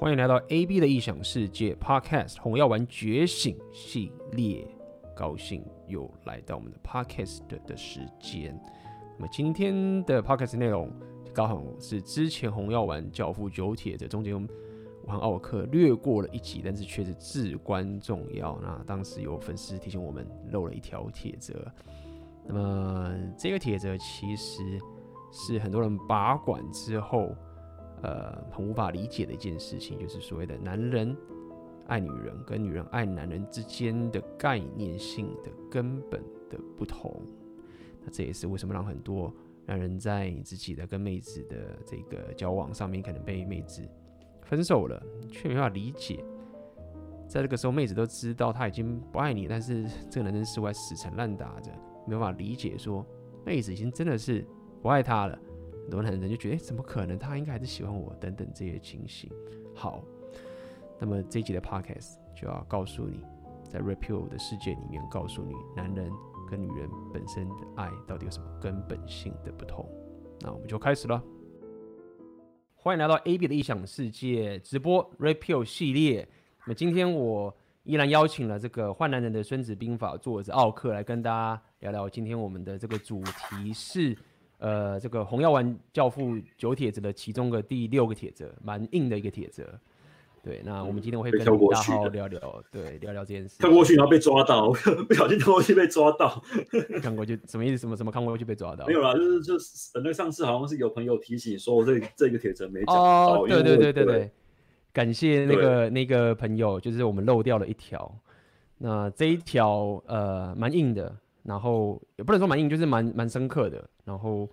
欢迎来到 AB 的异想世界 Podcast 红药丸觉醒系列，高兴又来到我们的 Podcast 的时间。那么今天的 Podcast 内容刚好是之前红药丸教父九铁的中间我和奥克略过了一集，但是却是至关重要。那当时有粉丝提醒我们漏了一条铁则，那么这个铁则其实是很多人把管之后很无法理解的一件事情，就是所谓的男人爱女人跟女人爱男人之间的概念性的根本的不同。那这也是为什么让很多男人在自己的跟妹子的这个交往上面，可能被妹子分手了，却没办法理解。在这个时候，妹子都知道他已经不爱你，但是这个男人室外死缠烂打着，没办法理解说妹子已经真的是不爱他了。很多男人就觉得，怎么可能？他应该还是喜欢我，等等这些情形。好，那么这一集的 podcast 就要告诉你，在 Repeal 的世界里面，告诉你男人跟女人本身的爱到底有什么根本性的不同。那我们就开始了。欢迎来到 AB 的异想世界直播 Repeal 系列。那么今天我依然邀请了这个坏男人的孙子兵法作者奥克来跟大家聊聊。今天我们的这个主题是。这个红药丸教父九铁则的其中的第6个铁则，蛮硬的一个铁则。对，那我们今天会跟大号聊聊，对，聊聊这件事。 看过去然后被抓到，不小心看过去被抓到。 看过去什么意思？什么看过去被抓到？ 没有啦，就是那上次好像是有朋友提醒说这个铁则没讲到。哦，对，感谢那个朋友，就是我们漏掉了一条。那这一条蛮硬的。然后也不能说蛮硬，就是蛮深刻的。然后，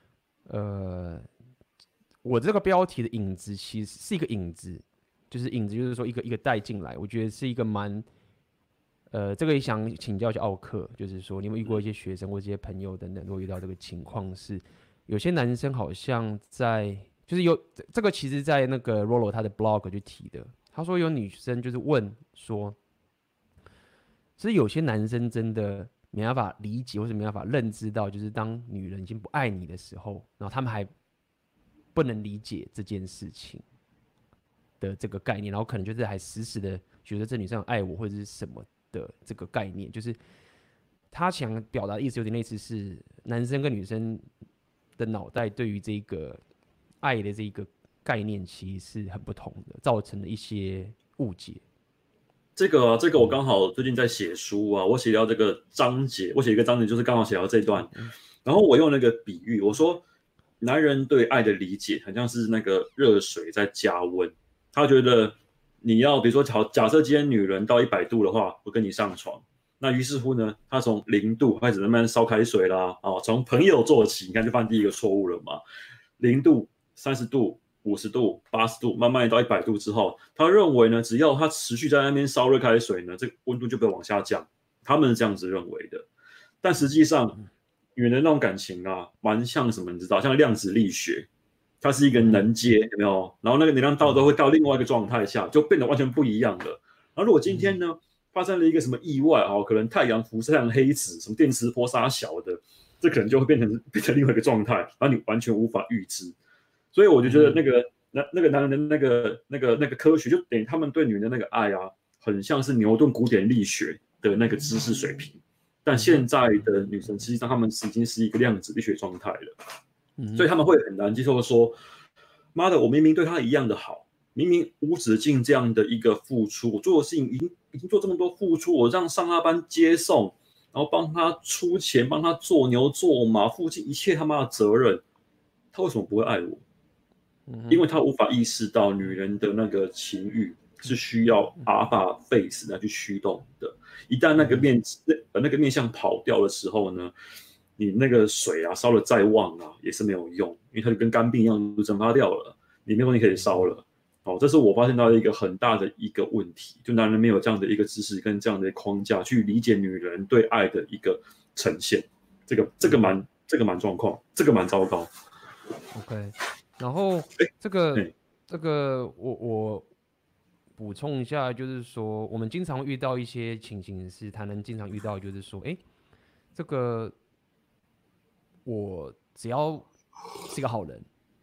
我这个标题的影子其实是一个影子，就是影子，就是说一个带进来，我觉得是一个蛮，这个也想请教一下奥克，就是说你有没有遇过一些学生或这些朋友等等，如果遇到这个情况是，有些男生好像在，就是有这个其实在那个 Rollo 他的 blog 就提的，他说有女生就是问说，其实有些男生真的。没办法理解或是没办法认知到，就是当女人已经不爱你的时候，然后他们还不能理解这件事情的这个概念，然后可能就是还死死的觉得这女生爱我或者是什么的这个概念，就是他想表达的意思有点类似是男生跟女生的脑袋对于这个爱的这个概念其实是很不同的，造成了一些误解。 这个我刚好最近在写书啊，我写到这个章节，我写一个章节就是刚好写到这一段，然后我用那个比喻，我说男人对爱的理解很像是那个热水在加温，他觉得你要比如说假设今天女人到100度的话，我跟你上床，那于是乎呢，他从0度开始慢慢烧开水啦，从朋友做起，你看就犯第一个错误了嘛，0度、30度。50度、80度，慢慢到100度之后，他认为呢，只要他持续在那边烧热开水呢，这个温度就不会往下降。他们是这样子认为的，但实际上，女人那种感情啊，蛮像什么？你知道，像量子力学，它是一个能阶，有没有？然后那个能量到都会到另外一个状态下，就变得完全不一样了。然后如果今天呢，发生了一个什么意外啊，可能太阳辐射、太阳黑子、什么电磁波杀小的，这可能就会变成另外一个状态，然后你完全无法预知。所以我就觉得那个男人的那个科学，就等于他们对女人的那个爱啊，很像是牛顿古典力学的那个知识水平。但现在的女生，实际上他们已经是一个量子力学状态了，所以他们会很难接受说，妈的，我明明对她一样的好，明明无止境这样的一个付出，我做的事情已经做这么多付出，我让上下班接送，然后帮她出钱，帮她做牛做马，负起一切他妈的责任，她为什么不会爱我？因为他无法意识到女人的那个情欲是需要阿尔法 face 来去驱动的。一旦那个面向跑掉的时候呢，你那个水啊烧的再旺啊也是没有用，因为它就跟干冰一样就蒸发掉了，你没有东西可以烧了。这是我发现到一个很大的一个问题，就男人没有这样的一个知识跟这样的框架去理解女人对爱的一个呈现，这个蛮状况，这个蛮糟糕。 OK。然后这个我补充一下，就是说我们经常遇到一些情形是，他能经常遇到，就是说，这个我只要是个好人，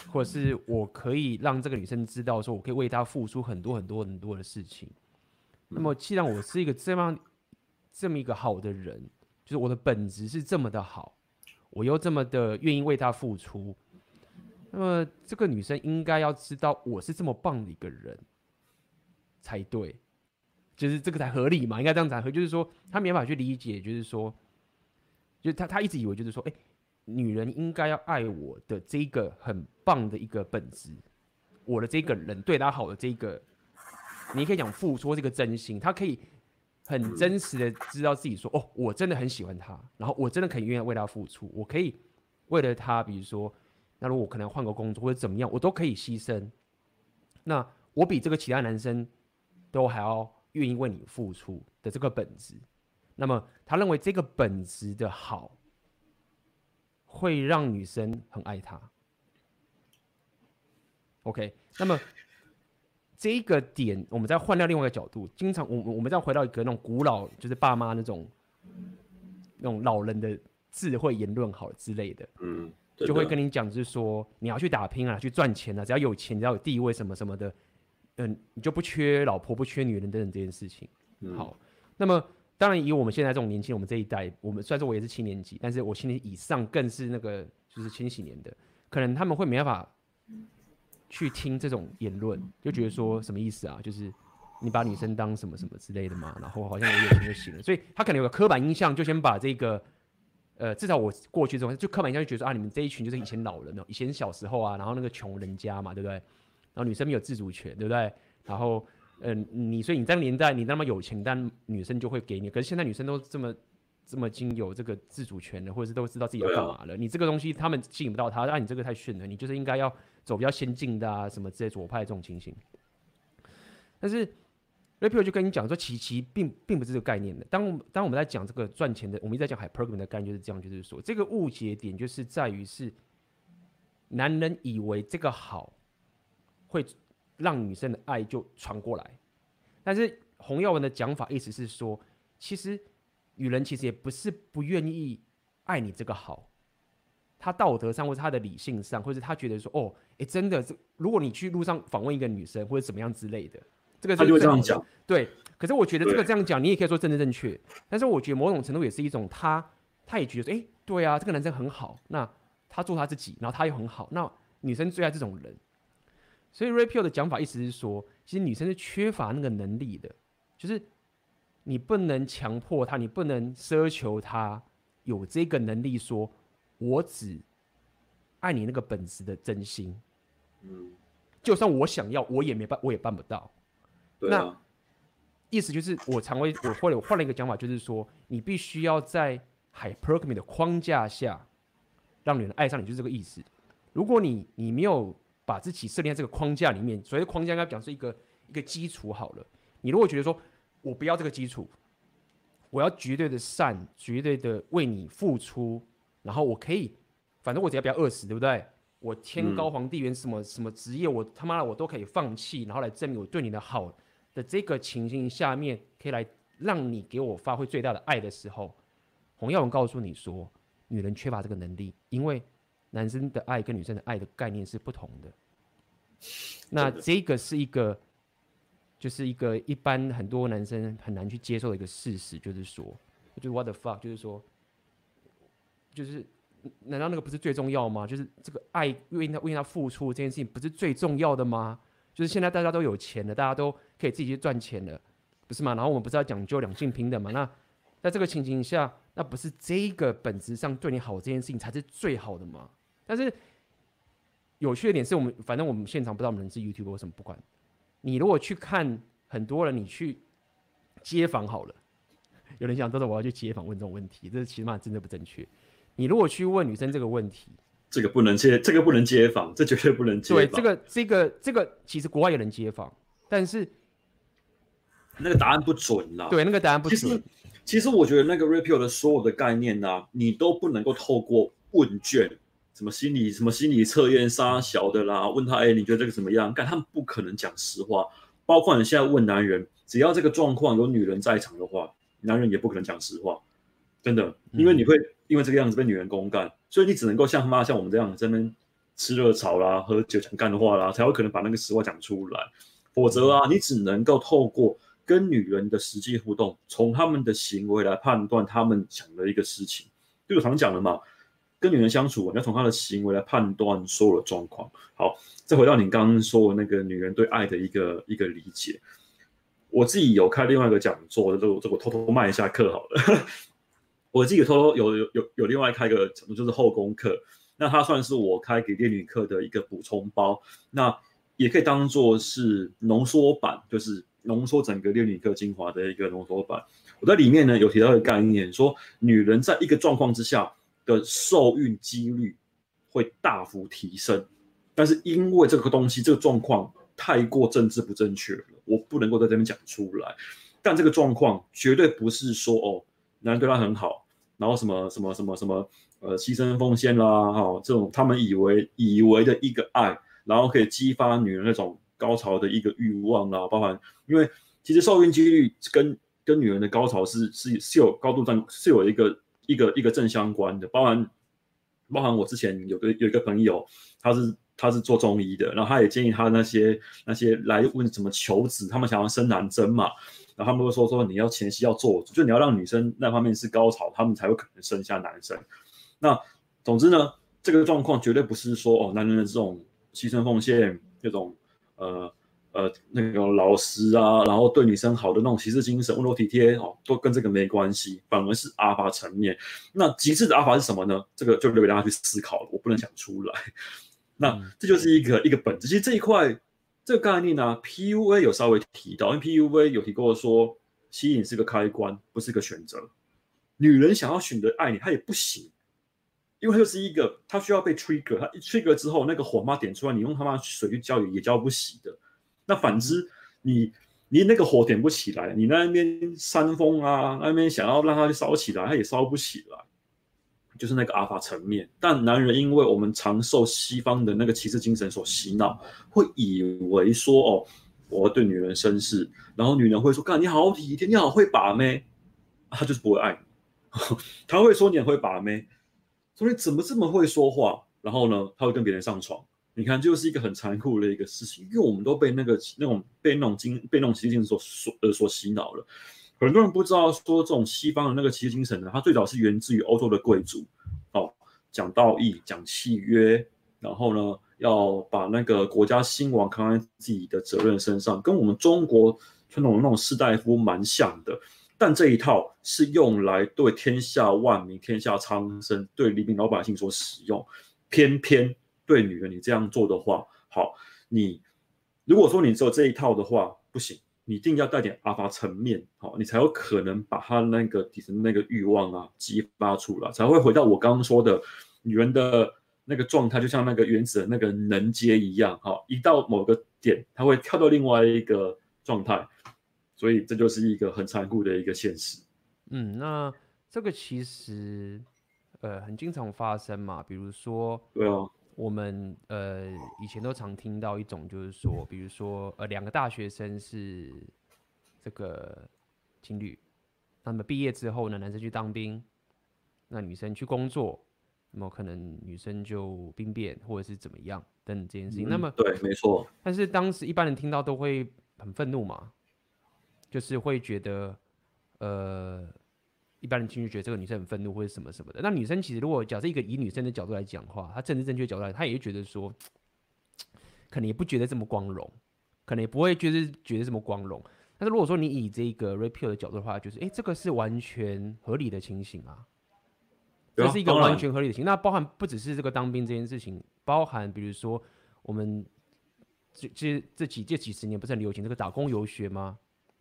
或者是我可以让这个女生知道，说我可以为她付出很多很多很多的事情。那么既然我是一个这么一个好的人，就是我的本质是这么的好，我又这么的愿意为她付出，那么这个女生应该要知道我是这么棒的一个人才对，就是这个才合理嘛，应该这样才合理。就是说她没办法去理解，就是说，就是她一直以为就是说，女人应该要爱我的这个很棒的一个本质，我的这个人对她好的这个，你可以讲付出这个真心，她可以很真实的知道自己说，哦，我真的很喜欢她，然后我真的可以愿意为她付出，我可以为了她，比如说，那如果我可能换个工作或者怎么样，我都可以牺牲。那我比这个其他男生都还要愿意为你付出的这个本质，那么他认为这个本质的好，会让女生很爱他。OK， 那么这一个点，我们再换掉另外一个角度，经常我们再回到一个那种古老，就是爸妈那种老人的智慧言论好之类的，就会跟你讲，就是说你要去打拼啊，去赚钱啊，只要有钱，只要有地位什么什么的，你就不缺老婆，不缺女人等等这件事情。好，那么当然以我们现在这种年轻人，我们这一代，我们虽然说我也是7年级，但是我7年级以上更是那个就是千禧年的，可能他们会没办法去听这种言论，就觉得说什么意思啊？就是你把女生当什么什么之类的嘛，然后好像我有钱就行了，所以他可能有个刻板印象，就先把这个至少我过去这种就刻板印象就觉得说啊，你们这一群就是以前老人哦，以前小时候啊，然后那个穷人家嘛，对不对？然后女生没有自主权，对不对？然后所以你在那个年代你那么有钱，但女生就会给你，可是现在女生都这么经有这个自主权的，或者是都知道自己要干嘛了，你这个东西他们吸引不到他，你这个太逊了，你就是应该要走比较先进的啊，什么之类左派这种情形。但是 Rapio 就跟你讲说，其实并不是这个概念的。当我们在讲这个赚钱的，我们一直在讲 hypergamy 的概念就是这样，就是说这个误解点就是在于是男人以为这个好会让女生的爱就传过来，但是洪耀文的讲法意思是说，其实女人其实也不是不愿意爱你这个好，她道德上或者她的理性上，或者她觉得说，哦，真的，如果你去路上访问一个女生或者怎么样之类的，这个他就会这样讲。 对，可是我觉得这个这样讲，你也可以说政治正确，但是我觉得某种程度也是一种他也觉得说，对啊，这个男生很好，那他做他自己，然后他又很好，那女生最爱这种人。所以 Rapio 的讲法意思是说，其实女生是缺乏那个能力的，就是你不能强迫她，你不能奢求她有这个能力说，我只爱你那个本质的真心。就算我想要，我也办不到。 对啊， 那意思就是我换了一个讲法，就是说你必须要在 hypergamy 的框架下，让女人爱上你，就是这个意思。如果你没有把自己设定在这个框架里面，所谓的框架应该讲是一个基础好了。你如果觉得说我不要这个基础，我要绝对的善，绝对的为你付出，然后我可以，反正我只要不要饿死，对不对？我天高皇帝远，什么职业，我他妈的我都可以放弃，然后来证明我对你的好的这个情形下面，可以来让你给我发挥最大的爱的时候，洪耀文告诉你说，女人缺乏这个能力，因为男生的爱跟女生的爱的概念是不同的。那这个是就是一个一般很多男生很难去接受的一个事实，就是说，就是 what the fuck， 就是说，就是难道那个不是最重要吗？就是这个爱为他付出这件事情不是最重要的吗？就是现在大家都有钱了，大家都可以自己去赚钱了，不是吗？然后我们不是要讲究两性平等吗？那在这个情形下，那不是这个本质上对你好这件事情才是最好的吗？但是有趣的点是反正我们现场不知道我们是 YouTuber 或什么，不管。你如果去看很多人，你去街访好了，有人想说我要去街访问这种问题，这起码真的不正确。你如果去问女生这个问题， 这个不能街访，这绝对不能街访。 对，这个其实国外也能街访，但是那个答案不准啦。 对，那个答案不准。 其实我觉得那个 Rapio 的所有的概念啊，你都不能够透过问卷。什么心理测验杀小的啦，问他你觉得这个怎么样？他们不可能讲实话。包括你现在问男人，只要这个状况有女人在场的话，男人也不可能讲实话，真的，因为你会因为这个样子被女人公干，所以你只能够像我们这样这吃热炒啦、喝酒讲干话啦，才有可能把那个实话讲出来。否则啊，你只能够透过跟女人的实际互动，从他们的行为来判断他们想的一个事情。就我常讲的嘛，跟女人相处，你要从她的行为来判断所有的状况。好，再回到你刚刚说的那个女人对爱的一个理解，我自己有开另外一个讲座，这我偷偷卖一下课好了。我自己偷偷有另外开一个讲座，就是后宫课。那它算是我开给恋女课的一个补充包，那也可以当做是浓缩版，就是浓缩整个恋女课精华的一个浓缩版。我在里面呢有提到一个概念，说女人在一个状况之下的受孕几率会大幅提升，但是因为这个东西这个状况太过政治不正确了，我不能够在这边讲出来。但这个状况绝对不是说哦，男人对她很好，然后什么牺牲奉献啦，这种他们以为的一个爱，然后可以激发女人那种高潮的一个欲望啦，包含因为其实受孕几率跟女人的高潮是有高度是有一个正相关的，包含我之前有一个朋友，他是做中医的，然后他也建议他那些来问怎么求子，他们想要生男生嘛。然后他们会说你要前期要做，就你要让女生那方面是高潮，他们才有可能生下男生。那总之呢，这个状况绝对不是说男人的这种牺牲奉献，这种那个老实啊，然后对女生好的那种骑士精神、温柔体贴都跟这个没关系，反而是阿法层面。那极致的阿法是什么呢？这个就留给大家去思考了，我不能讲出来。那这就是一个本质。其实这一块。这个概念呢，PUA 有稍微提到，因为 PUA 有提过说，吸引是个开关，不是个选择。女人想要选择爱你，她也不行，因为它就是一个，它需要被 trigger， 它一 trigger 之后，那个火妈点出来，你用他妈水去浇也浇不熄的。那反之，你那个火点不起来，你那边煽风啊，那边想要让它去烧起来，它也烧不起来。就是那个阿法层面，但男人因为我们常受西方的那个骑士精神所洗脑，会以为说我对女人绅士，然后女人会说，干你好体贴，你好会把妹，他就是不会爱你。他会说你很会把妹，说你怎么这么会说话，然后呢，他会跟别人上床。你看，就是一个很残酷的一个事情，因为我们都被那种骑士精神所洗脑了。很多人不知道说，这种西方的那个骑士精神呢，它最早是源自于欧洲的贵族，讲道义、讲契约，然后呢，要把那个国家兴亡扛在自己的责任身上，跟我们中国传统的那种士大夫蛮像的。但这一套是用来对天下万民、天下苍生、对黎民老百姓所使用。偏偏对女人你这样做的话，好，你如果说你只有这一套的话，不行。你一定要带点阿法层面，你才有可能把他那个底层那个欲望啊激发出来，才会回到我刚刚说的女人的那个状态，就像那个原子的那个能阶一样，一到某个点，它会跳到另外一个状态，所以这就是一个很残酷的一个现实。 那这个其实很经常发生嘛，比如说， 对啊。 我们以前都常听到一种，就是说，比如说两个大学生是这个情侣，那么毕业之后呢，男生去当兵，那女生去工作，那么可能女生就兵变或者是怎么样等这件事情。那么对，没错。 但是当时一般人听到都会很愤怒嘛，就是会觉得一般人听就觉得这个女生很愤怒或者什么什么的。那女生其实如果假设以女生的角度来讲话，她政治正确的角度来，她也会觉得说，可能也不觉得这么光荣，可能也不会觉得这么光荣。但是如果说你以这个 repeal 的角度的话，就是这个是完全合理的情形啊，这是一个完全合理的情形。那包含不只是这个当兵这件事情，包含比如说我们这几十年不是很流行这个打工游学吗？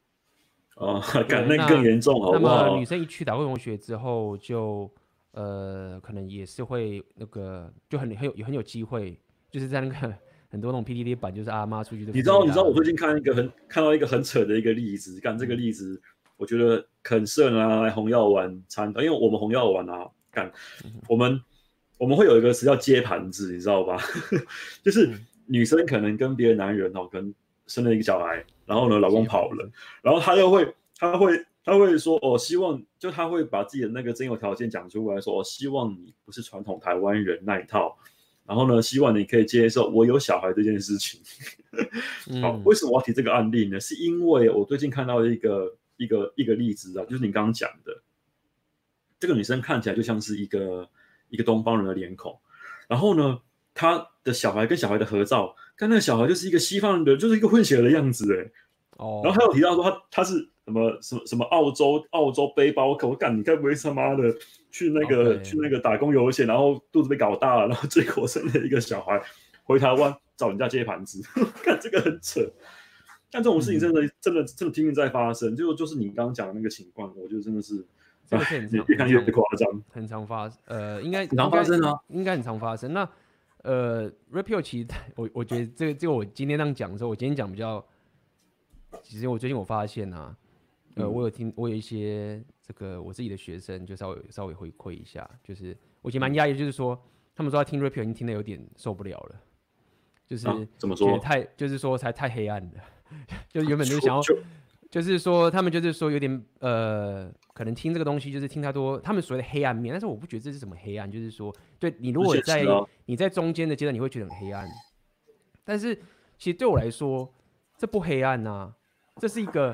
那更严重，好不好？ 那么女生一去打工游学之后，就可能也是会那个，就很有机会，就是在那个很多那种 PTT 版，就是阿妈出去的。 你知道我最近看到一个很扯的一个例子，干这个例子，我觉得很适合拿来红药丸参考，因为我们红药丸啊，干我们会有一个词叫接盘子，你知道吧？就是女生可能跟别的男人可能生了一个小孩，然后呢，老公跑了，然后他会说希望就他会把自己的那个真有条件讲出来，说希望你不是传统台湾人那一套， 然后呢，希望你可以接受我有小孩这件事情。好，为什么我要提这个案例呢？是因为我最近看到一个例子啊，就是你刚刚讲的，这个女生看起来就像是一个东方人的脸孔，然后呢，她的小孩跟小孩的合照，看那个小孩就是一个西方人的，就是一个混血儿的样子哎。然后还有提到说他是什么澳洲背包客，我干你该不会他妈的去那个打工游险，然后肚子被搞大了，然后结果生了一个小孩，回台湾找人家接盘子，看这个很扯。但这种事情真的天天在发生，就是你刚刚讲的那个情况，我觉得真的是，越看越夸张， 很常发应该很常发生啊， 应该很常发生。那Rapio 其实我觉得这个我今天这样讲的时候，我今天讲比较。其实我最近我发现啊，我有一些这个我自己的学生就稍微回馈一下，就是我其实蛮压抑，就是说他们说他听 Rapio 已经听得有点受不了了，就是怎么说？ 就是说太黑暗了，就是原本就想要，就是说他们就是说有点可能听这个东西就是听太多他们所谓的黑暗面，但是我不觉得这是什么黑暗，就是说对你如果你在中间的阶段你会觉得很黑暗，但是其实对我来说这不黑暗啊。这是一个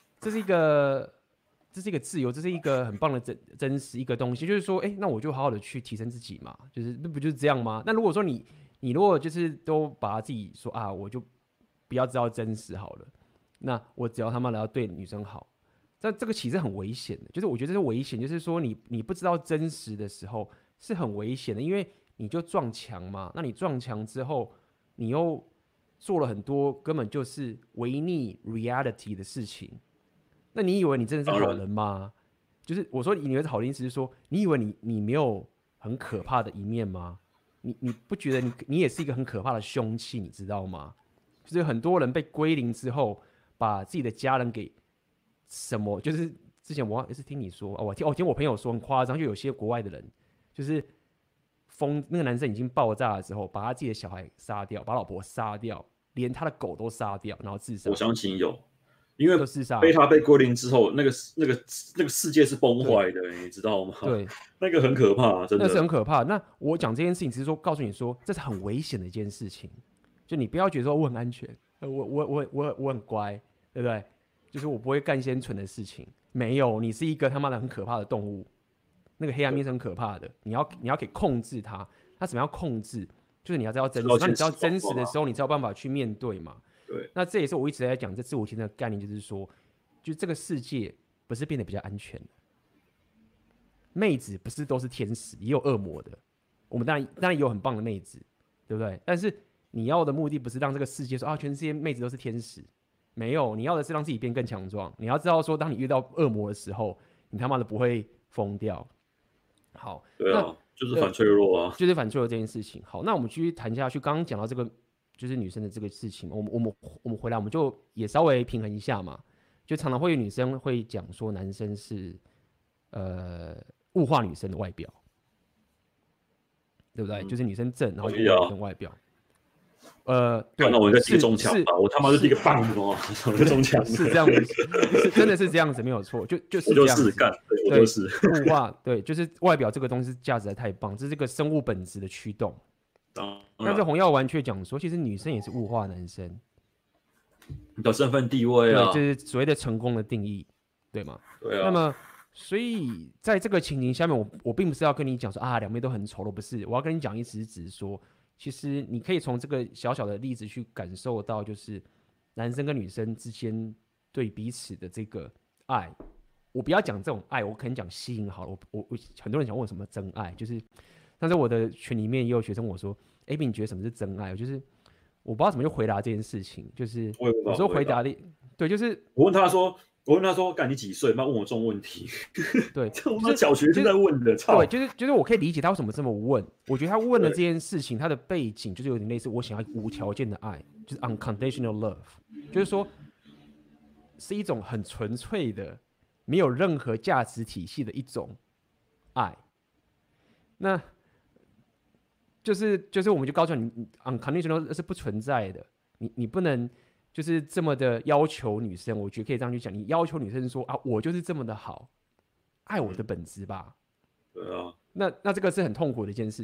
自由，这是一个很棒的真实一个东西，就是说，那我就好好的去提升自己嘛，就是不就是这样吗？那如果说你如果就是都把自己说啊，我就不要知道真实好了，那我只要他妈的要对女生好，但这个其实很危险的，就是我觉得这是危险，就是说你不知道真实的时候是很危险的，因为你就撞墙嘛，那你撞墙之后，你又做了很多根本就是违逆 reality 的事情，那你以为你真的是好人吗？就是我说你以为是好人，意思是说你以为你没有很可怕的一面吗？你不觉得你也是一个很可怕的凶器，你知道吗？就是很多人被归零之后，把自己的家人给什么？就是之前我也是听你说，我听我朋友说很夸张，就有些国外的人就是那个男生已经爆炸了之后，把他自己的小孩杀掉，把老婆杀掉。连他的狗都杀掉，然后自杀。 我相信有，因为他被归零之后，那个世界是崩坏的，你知道吗？ 对， 那个很可怕，真的。 那是很可怕。那我讲这件事情，只是说告诉你说，这是很危险的一件事情。就你不要觉得说我很安全，我很乖，对不对？就是我不会干一些蠢的事情。没有，你是一个他妈的很可怕的动物。那个黑暗面是很可怕的，你要可以控制它。它怎么样控制？就是你要知道真实，那你知道真实的时候，你才有办法去面对嘛。 对。 那这也是我一直在讲这自我提升的概念，就是说，就这个世界不是变得比较安全的，妹子不是都是天使，也有恶魔的。我们当然也有很棒的妹子，对不对？但是你要的目的不是让这个世界说啊，全世界妹子都是天使，没有，你要的是让自己变更强壮。你要知道说，当你遇到恶魔的时候，你他妈的不会疯掉。好， 对啊。就是反脆弱啊， 就是反脆弱这件事情。好，那我们继续谈下去。刚刚讲到这个，就是女生的这个事情，我们回来，我们就也稍微平衡一下嘛。就常常会有女生会讲说，男生是物化女生的外表，对不对？就是女生正，然后物化女生外表。对， 那我在第一个中枪吧，我他妈是第一个棒哦，我在中枪， 是这样子，真的是这样子，没有错，就是这样子， 干，我就是物化，对，就是外表这个东西价值太棒，这是个生物本质的驱动。但是洪耀文却讲说，其实女生也是物化男生的身份地位啊， 对，就是所谓的成功的定义，对吗？ 对啊。 那么，所以在这个情形下面，我并不是要跟你讲说啊，两边都很丑陋，不是，我要跟你讲意思是指说。其实你可以从这个小小的例子去感受到，就是男生跟女生之间对彼此的这个爱。我不要讲这种爱，我可能讲吸引好了。我很多人想问我什么真爱，就是但是我的群里面也有学生问我说：“AB，你觉得什么是真爱？”就是我不知道怎么就回答这件事情。就是有时候回答的对，就是我问他说：“干你几岁？”妈问我这种问题。 对， 就是小学生在问的。 对，就是我可以理解他为什么这么问。我觉得他问的这件事情，他的背景就是有点类似我想要无条件的爱，就是 unconditional love， 就是说是一种很纯粹的、没有任何价值体系的一种爱。那就是我们就告诉你 unconditional 是不存在的，你不能。就是这么的要求女生，我觉得可以这样去讲。你要求女生说啊，我就是这么的好，爱我的本质吧。 对啊。 那这个是很痛苦的一件事情。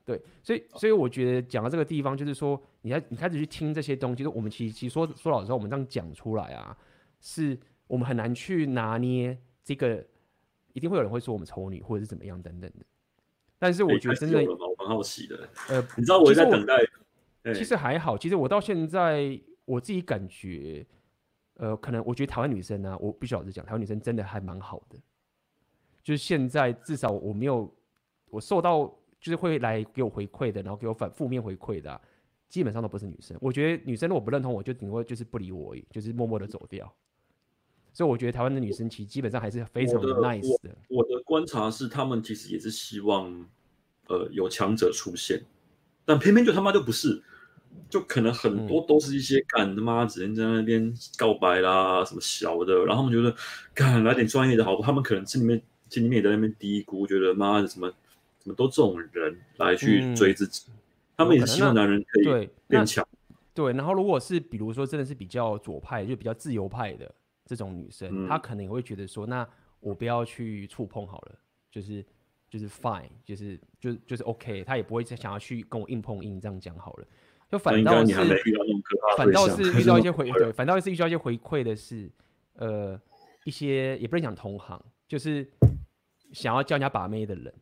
对，所以我觉得讲到这个地方，就是说你开始去听这些东西，就我们其实说老实话，我们这样讲出来啊，是我们很难去拿捏这个，一定会有人会说我们丑女或者是怎么样等等的。但是我觉得真的， 我蛮好奇的。你知道我在等待。 其实还好，其实我到现在我自己感觉，可能我觉得台湾女生啊，我必须老实讲，台湾女生真的还蛮好的。就是现在至少我没有，我受到就是会来给我回馈的，然后给我负面回馈的、啊，基本上都不是女生。我觉得女生如果不认同我，就顶多就是不理我而已，就是默默的走掉。所以我觉得台湾的女生其实基本上还是非常的 nice 的。 我的观察是，他们其实也是希望，有强者出现，但偏偏就他妈就不是。就可能很多都是一些干他妈只能在那边告白啦，什么小的，然后他们觉得干来点专业的好不好？他们可能心里面也在那边嘀咕，觉得妈的怎么都这种人来去追自己，他们也希望男人可以变强。 对，然后如果是比如说真的是比较左派，就比较自由派的这种女生，她可能也会觉得说，那我不要去触碰好了，就是 fine， 就是 OK， 她也不会再想要去跟我硬碰硬这样讲好了。就反倒是遇到一些回馈的是，一些也不能讲同行，就是想要叫人家把妹的人，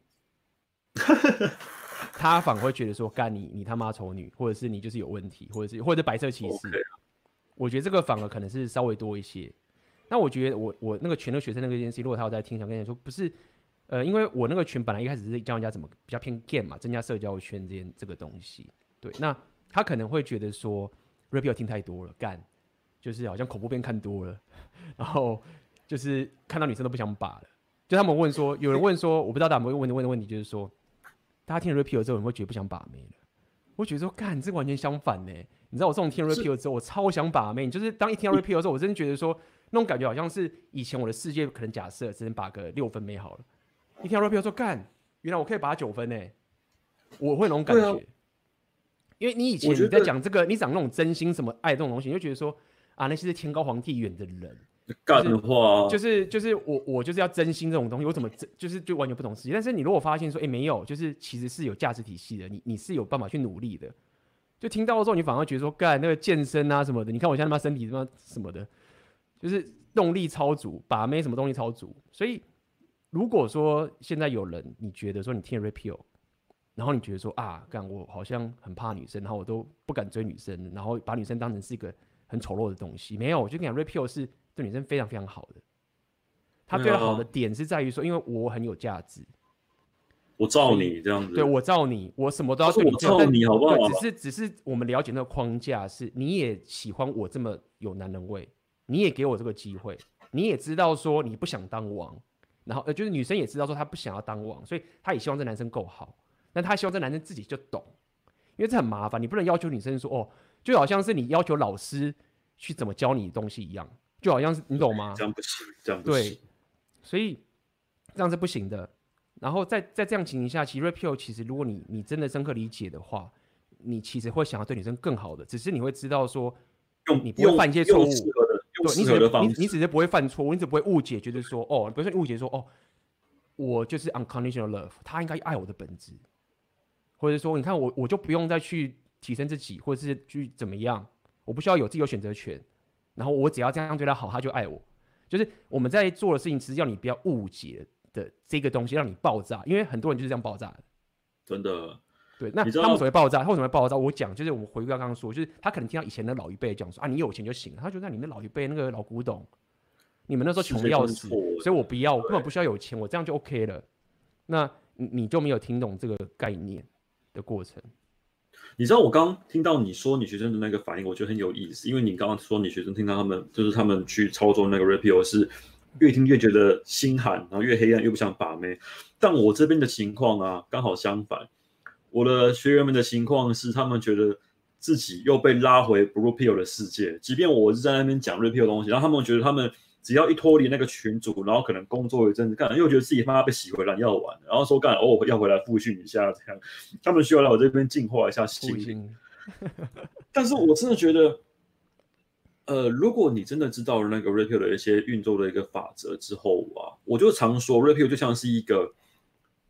他反而会觉得说，干你他妈丑女，或者是你就是有问题，或者白色歧视。Okay. 我觉得这个反而可能是稍微多一些。那我觉得我那个群的学生那个件事，如果他有在听，想跟你说，不是，因为我那个群本来一开始是教人家怎么比较偏 game 嘛，增加社交圈这个东西，对，那。他可能会觉得说 ，Rapio 听太多了，干，就是好像恐怖片看多了，然后就是看到女生都不想把了。就他们问说，有人问说，我不知道大家有没有问的问题，就是说，大家听了 Rapio 之后，你会觉得不想把妹了？我觉得说，干，这完全相反呢。你知道我这种听了 Rapio 之后，我超想把妹。就是当一听到 Rapio 的时候，我真的觉得说，那种感觉好像是以前我的世界可能假设只能把个6分妹好了，一听到 Rapio 说，干，原来我可以把9分呢，我会有那种感觉。因为你以前你在讲这个，你讲那种真心什么爱这种东西，你就觉得说啊，那些是天高皇帝远的人干的话， 就是我就是要真心这种东西，我怎么就完全不同世界。但是你如果发现说，没有，就是其实是有价值体系的，你是有办法去努力的。就听到的时候，你反而觉得说，干那个健身啊什么的，你看我现在他妈身体他妈什么的，就是动力超足，把妹什么动力超足。所以如果说现在有人你觉得说你听 Rapio。然后你觉得说啊，干我好像很怕女生，然后我都不敢追女生，然后把女生当成是一个很丑陋的东西。没有，我就跟你讲 ，Rapio 是对女生非常非常好的。他对她好的点是在于说，因为我很有价值， 我罩你这样子。 对，我罩你，我什么都要对你。 我罩你好不好？ 只是我们了解那个框架是，你也喜欢我这么有男人味，你也给我这个机会，你也知道说你不想当王，然后就是女生也知道说她不想要当王，所以她也希望这男生够好。但他希望这男生自己就懂，因为这很麻烦，你不能要求女生说哦，就好像是你要求老师去怎么教你的东西一样，就好像是你懂吗？ 这样不行，这样不行。 对，所以这样是不行的。然后在这样情形下，其实 Rapio 其实如果你真的深刻理解的话，你其实会想要对女生更好的，只是你会知道说你不会犯一些错误，对，你只是不会犯错误，你只不会误解，觉得说哦，比如说你误解说哦，我就是 unconditional love， 他应该爱我的本质。或者说，你看我就不用再去提升自己，或者是去怎么样，我不需要有自己有选择权，然后我只要这样对他好，他就爱我。就是我们在做的事情，是要你不要误解的这个东西，让你爆炸，因为很多人就是这样爆炸的。 真的。 对，那他们所谓爆炸，为什么会爆炸？我讲就是我们回归刚刚说，就是他可能听到以前的老一辈讲说啊，你有钱就行了，他觉得你们老一辈那个老古董，你们那时候穷的要死，所以我不要，我根本不需要有钱，我这样就 OK 了。那你就没有听懂这个概念的过程。 你知道我刚听到你说你学生的那个反应，我觉得很有意思，因为你刚刚说你学生听到他们去操作那个 Rapio 是越听越觉得心寒，然后越黑暗越不想把妹。但我这边的情况啊，刚好相反。我的学员们的情况是，他们觉得自己又被拉回 Rapio 的世界，即便我是在那边讲 Rapio 的东西，然后他们觉得他们只要一脱离那个群组，然后可能工作一阵子，干又觉得自己妈被洗回蓝药丸，然后说干我要回来复训一下，这样他们需要来我这边净化一下心灵。但是我真的觉得，如果你真的知道了那个 Rapio 的一些运作的一个法则之后啊，我就常说 Rapio 就像是一个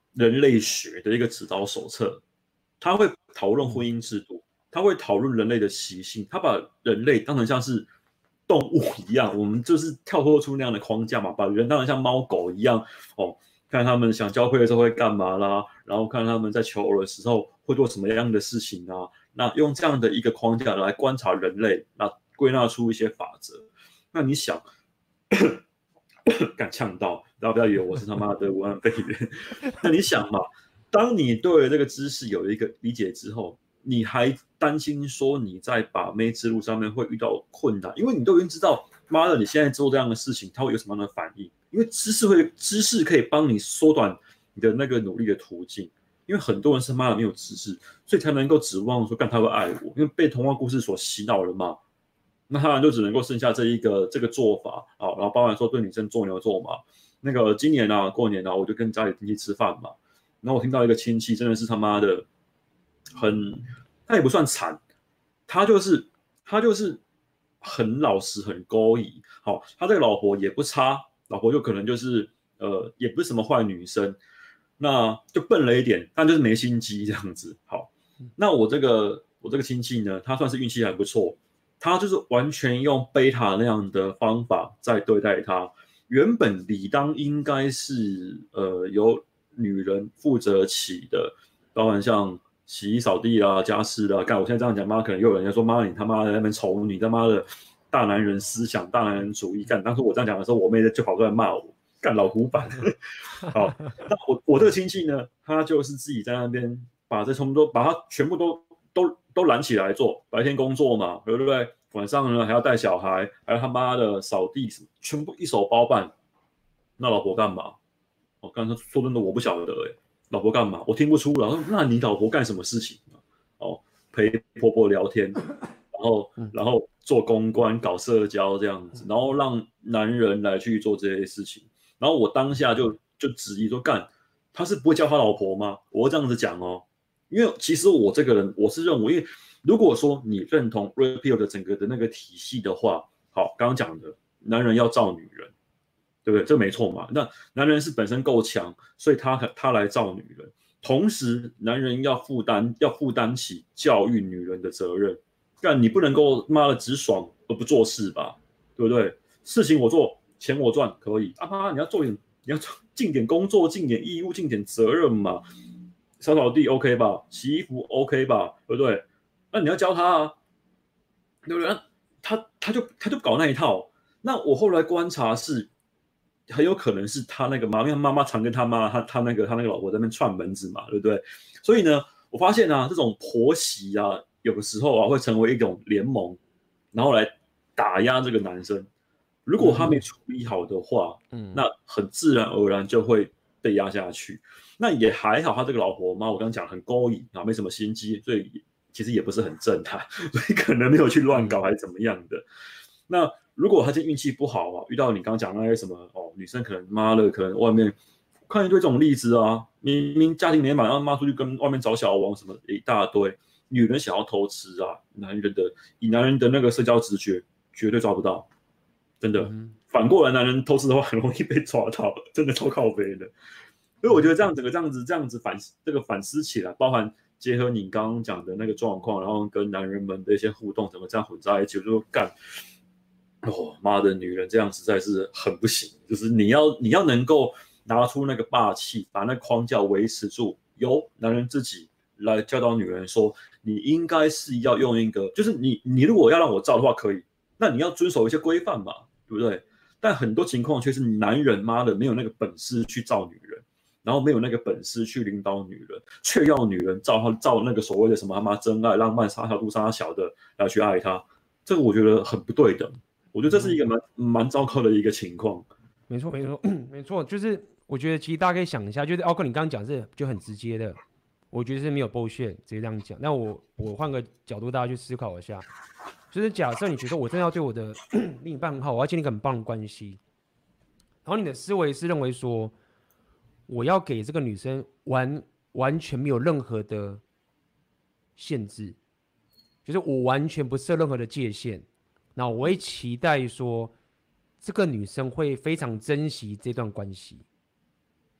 人类学的一个指导手册，他会讨论婚姻制度，他会讨论人类的习性，他把人类当成像是动物一样，我们就是跳脱出那样的框架嘛，把人当成像猫狗一样哦，看他们想交配的时候会干嘛啦，然后看他们在求偶的时候会做什么样的事情啊，那用这样的一个框架来观察人类，那归纳出一些法则。那你想，敢呛到，大家不要以为我是他妈的武汉肺炎。那你想嘛，当你对这个知识有一个理解之后，你还担心说你在把妹之路上面会遇到困难，因为你都已经知道，妈的，你现在做这样的事情，他会有什么样的反应？因为知识可以帮你缩短你的那个努力的途径。因为很多人是妈的没有知识，所以才能够指望说干他会爱我，因为被童话故事所洗脑了嘛。那当然就只能够剩下这个做法啊，然后包含说对女生做牛做马。那个今年啊过年啊，我就跟家里亲戚吃饭嘛，然后我听到一个亲戚真的是他妈的他也不算惨，他就是很老实很勾引。好，他这个老婆也不差，老婆就可能就是也不是什么坏女生，那就笨了一点，但就是没心机这样子。好，那我这个亲戚呢，他算是运气还不错，他就是完全用贝塔那样的方法在对待他。原本理当应该是由女人负责起的，包含像洗衣扫地啊、家事啊。干，我现在这样讲，妈可能又有人家说妈你他妈的在那边丑女，他妈的大男人思想、大男人主义。干，当时我这样讲的时候，我妹就跑出来骂我。干老古板。好，那我这个亲戚呢，他就是自己在那边把这把他全部都揽起来做，白天工作嘛，对不对？晚上呢还要带小孩，还要他妈的扫地，全部一手包办。那老婆干嘛？我刚才说真的，我不晓得老婆干嘛？我听不出来。那你老婆干什么事情？哦，陪婆婆聊天，然后做公关、搞社交这样子，然后让男人来去做这些事情。然后我当下就质疑说，干，他是不会教他老婆吗？我会这样子讲哦，因为其实我这个人，我是认为，因为如果说你认同 Repeal 的整个的那个体系的话，好，刚刚讲的，男人要罩女人，对不对？这没错嘛。那男人是本身够强，所以他来罩女人，同时男人要负担起教育女人的责任。干，你不能够妈的只爽而不做事吧，对不对？事情我做，钱我赚，可以。妈，你要尽点工作，尽点义务，尽点责任嘛。扫地 OK 吧，洗衣服 OK 吧，对不对？那你要教他啊，对不对？他就搞那一套。那我后来观察是，很有可能是他那个妈妈常跟他那个老婆在那边串门子嘛，对不对？所以呢，我发现啊，这种婆媳啊，有的时候啊会成为一种联盟，然后来打压这个男生。如果他没处理好的话，那很自然而然就会被压下去。那也还好，他这个老婆嘛，我刚刚讲很勾引啊，没什么心机，所以其实也不是很正他，所以可能没有去乱搞还是怎么样的。那如果他今天运气不好啊，遇到你刚刚讲那些什么哦，女生可能妈的，可能外面看一堆这种例子啊，明明家庭美满，让妈出去跟外面找小王什么一大堆，女人想要偷吃啊，以男人的那个社交直觉绝对抓不到。真的，反过来男人偷吃的话很容易被抓到，真的超靠北的。所以我觉得这样子反思起来，包含结合你刚刚讲的那个状况，然后跟男人们的一些互动，整个这样混在一起，我就说干，哦妈的，女人这样实在是很不行。就是你要能够拿出那个霸气，把那框架维持住，由男人自己来教导女人说，你应该是要用一个，就是你如果要让我照的话可以，那你要遵守一些规范嘛。对不对？但很多情况却是男人妈的没有那个本事去照女人，然后没有那个本事去领导女人，却要女人照那个所谓的什么他妈真爱、浪漫、杀小度、杀小的来去爱他，这个我觉得很不对等。我觉得这是一个蛮糟糕的一个情况。 没错，没错，就是我觉得其实大家可以想一下，就是奥克你刚刚讲是就很直接的，我觉得是没有bullshit直接这样讲。那我换个角度，大家去思考一下。就是假设你觉得我真的要对我的另一半很好，我要建立一个很棒的关系，然后你的思维是认为说，我要给这个女生完全没有任何的限制，就是我完全不设任何的界限，那我会期待说，这个女生会非常珍惜这段关系。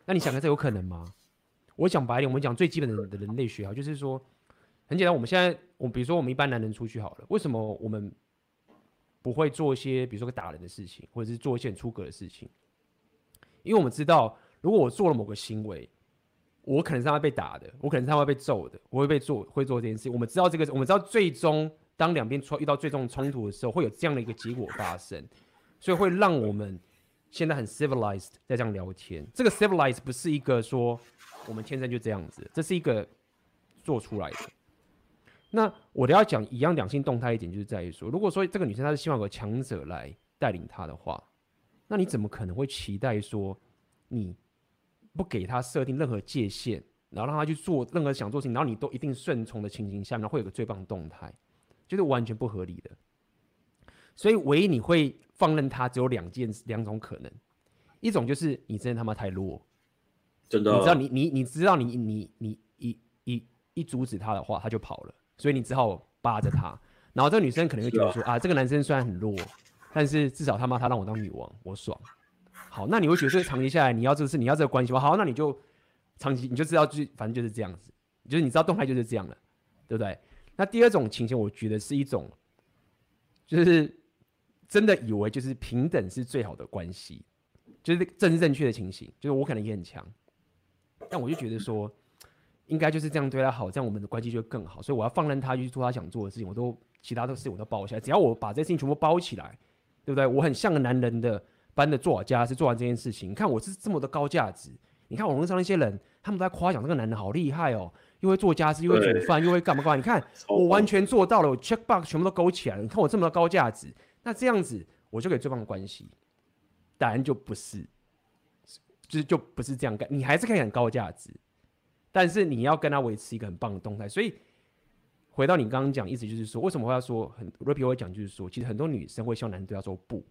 那你想看这有可能吗？我讲白一点，我们讲最基本的人类学就是说，很简单，我们现在比如说我们一般男人出去好了，为什么我们不会做一些比如说打人的事情，或者是做一些很出格的事情？因为我们知道，如果我做了某个行为，我可能是会被打的，我可能是会被揍的，我会做这件事。我们知道我们知道最终当两边遇到最终冲突的时候，会有这样的一个结果发生，所以会让我们现在很 civilized 在这样聊天。这个 civilized 不是一个说我们天生就这样子，这是一个做出来的。那我要讲一样两性动态一点，就是在于说，如果说这个女生她是希望有个强者来带领她的话，那你怎么可能会期待说你不给她设定任何界限，然后让她去做任何想做的事情，然后你都一定顺从的情形下面，然后会有个最棒的动态，就是完全不合理的。所以唯一你会放任她只有两种可能，一种就是你真的他妈太弱， 真的， 你知道你一阻止他的话，他就跑了，所以你只好扒着他。然后这个女生可能会觉得说啊，这个男生虽然很弱，但是至少他妈他让我当女王，我爽。好，那你会觉得这个长期下来，你要这个关系吗？好，那你就长期你就知道，反正就是这样子，就是你知道动态就是这样了，对不对？那第二种情形，我觉得是一种，就是真的以为就是平等是最好的关系，就是政治正确的情形，就是我可能也很强，但我就觉得说，应该就是这样对他好，这样我们的关系就会更好。所以我要放任他去做他想做的事情，其他的事情我都包起来，只要我把这些事情全部包起来，对不对？我很像个男人的般的做好家事，做完这件事情。你看我是这么的高价值，你看网络上那些人，他们都在夸奖这个男人好厉害哦，又会做家事，又会煮饭，又会干嘛干嘛。你看我完全做到了，我 check box 全部都勾起来了。你看我这么的高价值，那这样子我就可以最棒的关系。答案就不是，就不是这样干，你还是可以很高价值。但是你要跟他维持一个很棒的动态，所以回到你刚刚讲，意思就是说，为什么我要说Ruby 会讲，就是说，其实很多女生会希望男人对她说不，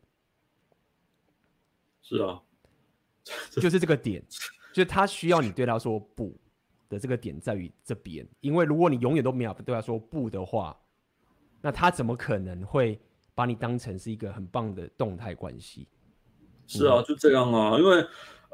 是啊， 就是这个点，就是她需要你对她说不的这个点在于这边，因为如果你永远都没有对她说不的话，那她怎么可能会把你当成是一个很棒的动态关系？ 是啊，就这样啊，因为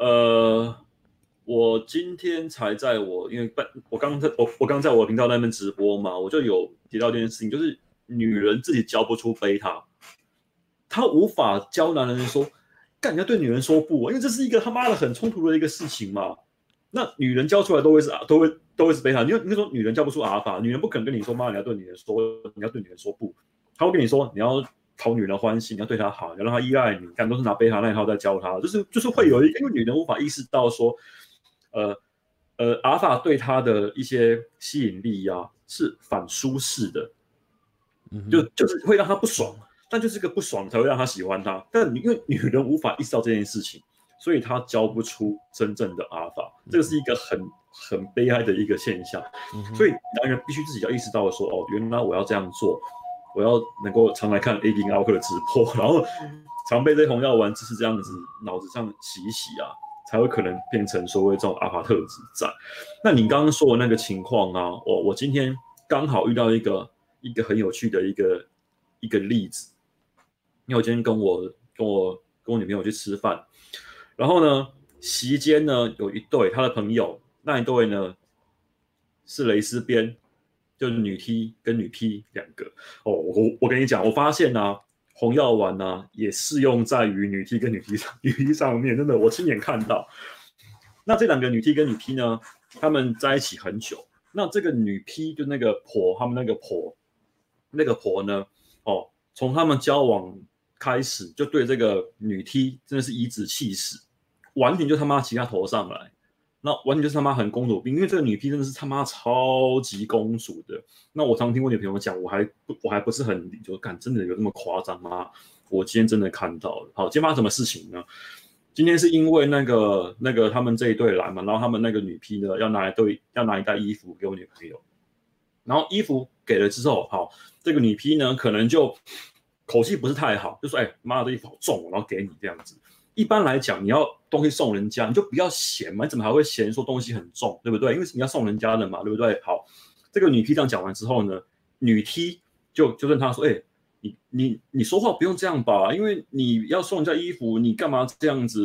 我今天才因为我刚在我的频道那边直播嘛，我就有提到这件事情，就是女人自己教不出贝塔，她无法教男人说，干你要对女人说不，因为这是一个他妈的很冲突的一个事情嘛。那女人教出来都会是贝塔，你说女人教不出阿尔法，女人不可能跟你说妈你要对女人说不，她会跟你说你要讨女人欢喜，你要对她好，你要让她依赖你，干都是拿贝塔那一套在教她，就是会有因为女人无法意识到说。阿尔法对他的一些吸引力啊，是反舒适的，就是会让他不爽，但就是个不爽才会让他喜欢他。但因为女人无法意识到这件事情，所以她教不出真正的阿尔法，这个是一个很悲哀的一个现象。所以男人必须自己要意识到说，哦，原来我要这样做，我要能够常来看 A B 跟奥克的直播，然后常被这些红药丸就是这样子脑子上洗一洗啊。才会可能变成所谓这种阿法特质在。那你刚刚说的那个情况啊，我今天刚好遇到一个很有趣的一个例子，因为我今天跟我女朋友去吃饭，然后呢，席间呢有一对他的朋友，那一对呢是蕾丝边，就是女 T 跟女 P 两个。哦，我跟你讲，我发现啊。红药丸呢，也适用在于女 T 跟女 T 上面，真的，我亲眼看到。那这两个女 T 跟女 P 呢，她们在一起很久。那这个女 P 就那个婆，他们那个婆呢，哦，从他们交往开始，就对这个女 T 真的是颐指气使，晚点就他妈骑她头上来。那完全就是他妈很公主病，因为这个女 P 真的是他妈超级公主的。那我常听我女朋友讲，我还不是很理，就干真的有那么夸張嗎？我今天真的看到了。好，今天发生什么事情呢？今天是因为那个他们这一对来嘛，然后他们那个女 P 呢要拿一袋衣服给我女朋友，然后衣服给了之后，好，这个女 P 呢可能就口气不是太好，就说妈的这衣服好重，然后给你这样子。一般来讲，你要东西送人家，你就不要嫌嘛，你怎么还会嫌说东西很重，对不对？因为你要送人家的嘛，对不对？好，这个女 P 这样讲完之后呢，女 T 就问他说：“你说话不用这样吧？因为你要送人家衣服，你干嘛这样子？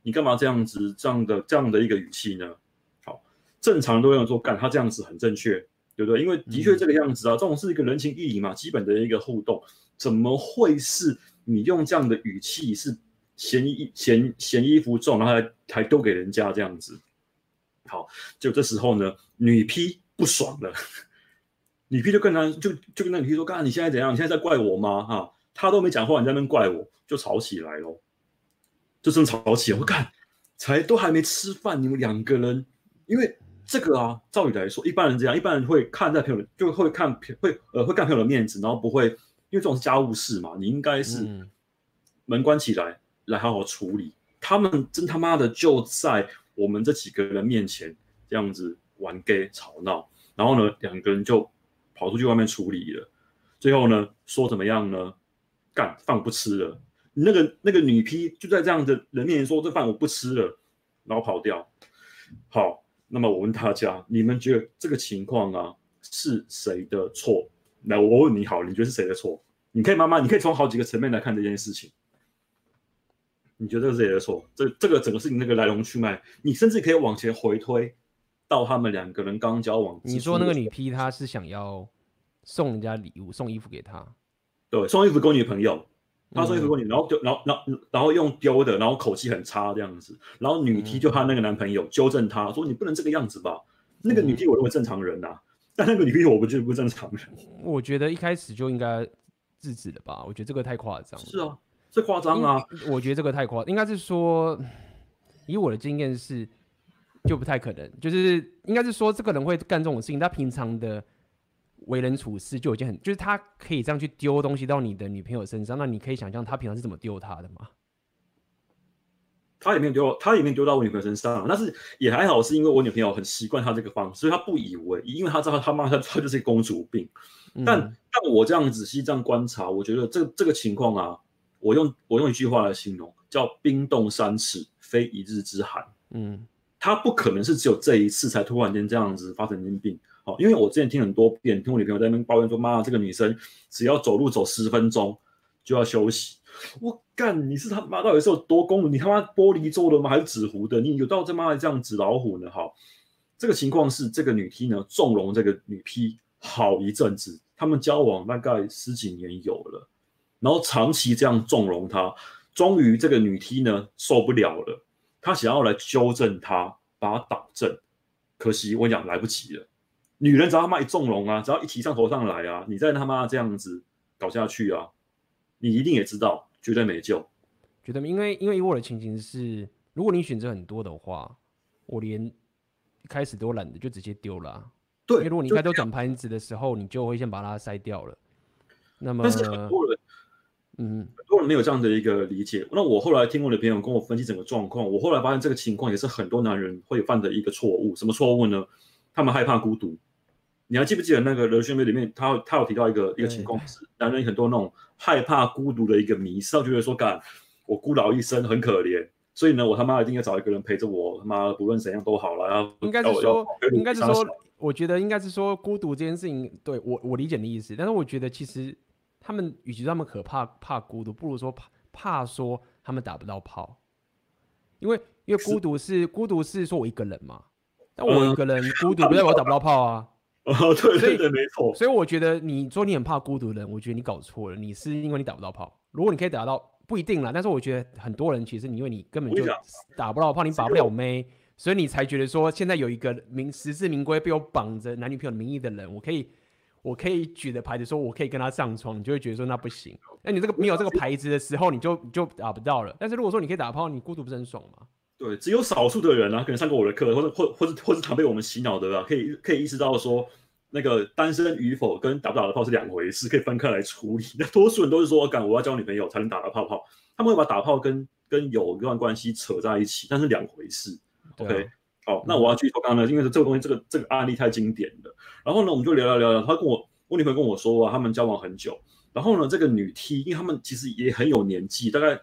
你干嘛这样子这样的一个语气呢？好，正常都会说干他这样子很正确，对不对？因为的确这个样子啊，这种是一个人情义理嘛，基本的一个互动，怎么会是你用这样的语气是嫌疑服重，然后还丢给人家这样子？好，就这时候呢，女 P 不爽了，女 P 就跟那女 P 说：“干，你现在怎样？你现在在怪我吗？哈，他都没讲话，你在那边怪我，就吵起来咯。就真的吵起来。我干，才都还没吃饭，你们2个人，因为这个啊，照理来说，一般人这样，一般人会看在朋友，就会看看朋友的面子，然后不会，因为这种是家务事嘛，你应该是门关起来，来好好处理。他们真他妈的就在我们这几个人面前这样子玩 gay 吵闹，然后呢，2个人就跑出去外面处理了。最后呢，说怎么样呢？干，饭不吃了。那个女 P 就在这样的人面前说：“这饭我不吃了。”然后跑掉。好，那么我问大家，你们觉得这个情况啊是谁的错？来，我问你好，你觉得是谁的错？你可以从好几个层面来看这件事情。你觉得这是谁的错？这个整个事情那个来龙去脉，你甚至可以往前回推到他们2个人刚交往。 你说那个女 P 她是想要送人家礼物，送衣服给他？ 对，送衣服给我女朋友。他送衣服给你，然后用丢的，然后口气很差这样子，然后女 T 就她那个男朋友纠正她说：“你不能这个样子吧？”那个女 T 我认为正常人啊，但那个女 T 我不觉得不正常人。 我觉得一开始就应该制止了吧？我觉得这个太夸张了。 是啊，这夸张啊！ 我觉得这个太夸张，应该是说，以我的经验是，就不太可能，就是应该是说，这个人会干这种事情，他平常的为人处事就已经很，就是他可以这样去丢东西到你的女朋友身上，那你可以想象他平常是怎么丢她的吗？ 他也没有丢到我女朋友身上，但是也还好，是因为我女朋友很习惯他这个方式，所以他不以为意，因为他知道他就是公主病。但我这样仔细这样观察，我觉得这个情况啊，我用一句话来形容，叫冰冻3尺，非一日之寒。他不可能是只有这一次才突然间这样子发神经病。好，因为我之前听很多遍，听我女朋友在那边抱怨说：“妈，这个女生只要走路走10分钟就要休息。”我干，你是他妈到底是有多公平？你他妈玻璃做的吗？还是纸糊的？你有到他妈这样纸老虎呢？好，这个情况是这个女 T 呢纵容这个女 P 好一阵子，他们交往大概10几年有了，然后长期这样纵容她，终于这个女 T 呢受不了了，她想要来纠正她，把她导正，可惜我讲来不及了。女人只要他妈一纵容啊，只要一提上头上来啊，你再他妈这样子搞下去啊，你一定也知道，绝对没救。 觉得因为以我的情形是，如果你选择很多的话，我连一开始都懒得就直接丢了、啊。 对， 因为如果你一开始都转盘子的时候，你就会先把它筛掉了。那么， 但是很多人没有这样的一个理解。那我后来听我的朋友跟我分析整个状况，我后来发现这个情况也是很多男人会犯的一个错误。什么错误呢？他们害怕孤独。你还记不记得那个《人选美》里面，他有提到一个情况是，男人很多那种害怕孤独的一个迷思，他觉得说，干我孤老一生很可怜，所以呢，我他妈一定要找一个人陪着我，他妈不论怎样都好了。 应该是说，我觉得应该是说孤独这件事情，对我理解你的意思，但是我觉得其实他们与其他们可怕孤独，不如说怕说他们打不到炮，因为孤独是说我一个人嘛，但我一个人孤独不代表我打不到炮啊。 对，没错。 所以我觉得你说你很怕孤独的人，我觉得你搞错了，你是因为你打不到炮。如果你可以打到，不一定啦，但是我觉得很多人其实因为你根本就打不到炮，你把不了妹，所以你才觉得说现在有一个实至名归被我绑着男女朋友的名义的人，我可以举着牌子说我可以跟他上床，你就会觉得说那不行。那你这个没有这个牌子的时候，你就打不到了。但是如果说你可以打炮，你孤独不是很爽吗？ 对，只有少数的人啊，可能上过我的课，或是常被我们洗脑的啊，可以意识到说，那个单身与否跟打不打得炮是2回事，可以分开来处理。那多数人都是说，干我要交女朋友才能打得泡泡，他们会把打炮跟有一段关系扯在一起，但是2回事。OK， 好，那我要继续说刚刚呢，因为这个东西这个案例太经典了。然后呢，我们就聊，我女朋友跟我说啊，他们交往很久，然后呢，这个女 T， 因为他们其实也很有年纪，大概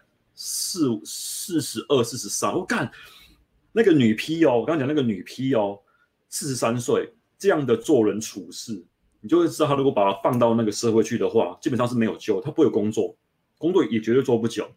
42、43，我干那个女 P 哦，我刚刚讲那个女 P 哦，43岁这样的做人处事，你就会知道，她如果把她放到那个社会去的话，基本上是没有救，她不会有工作也绝对做不久。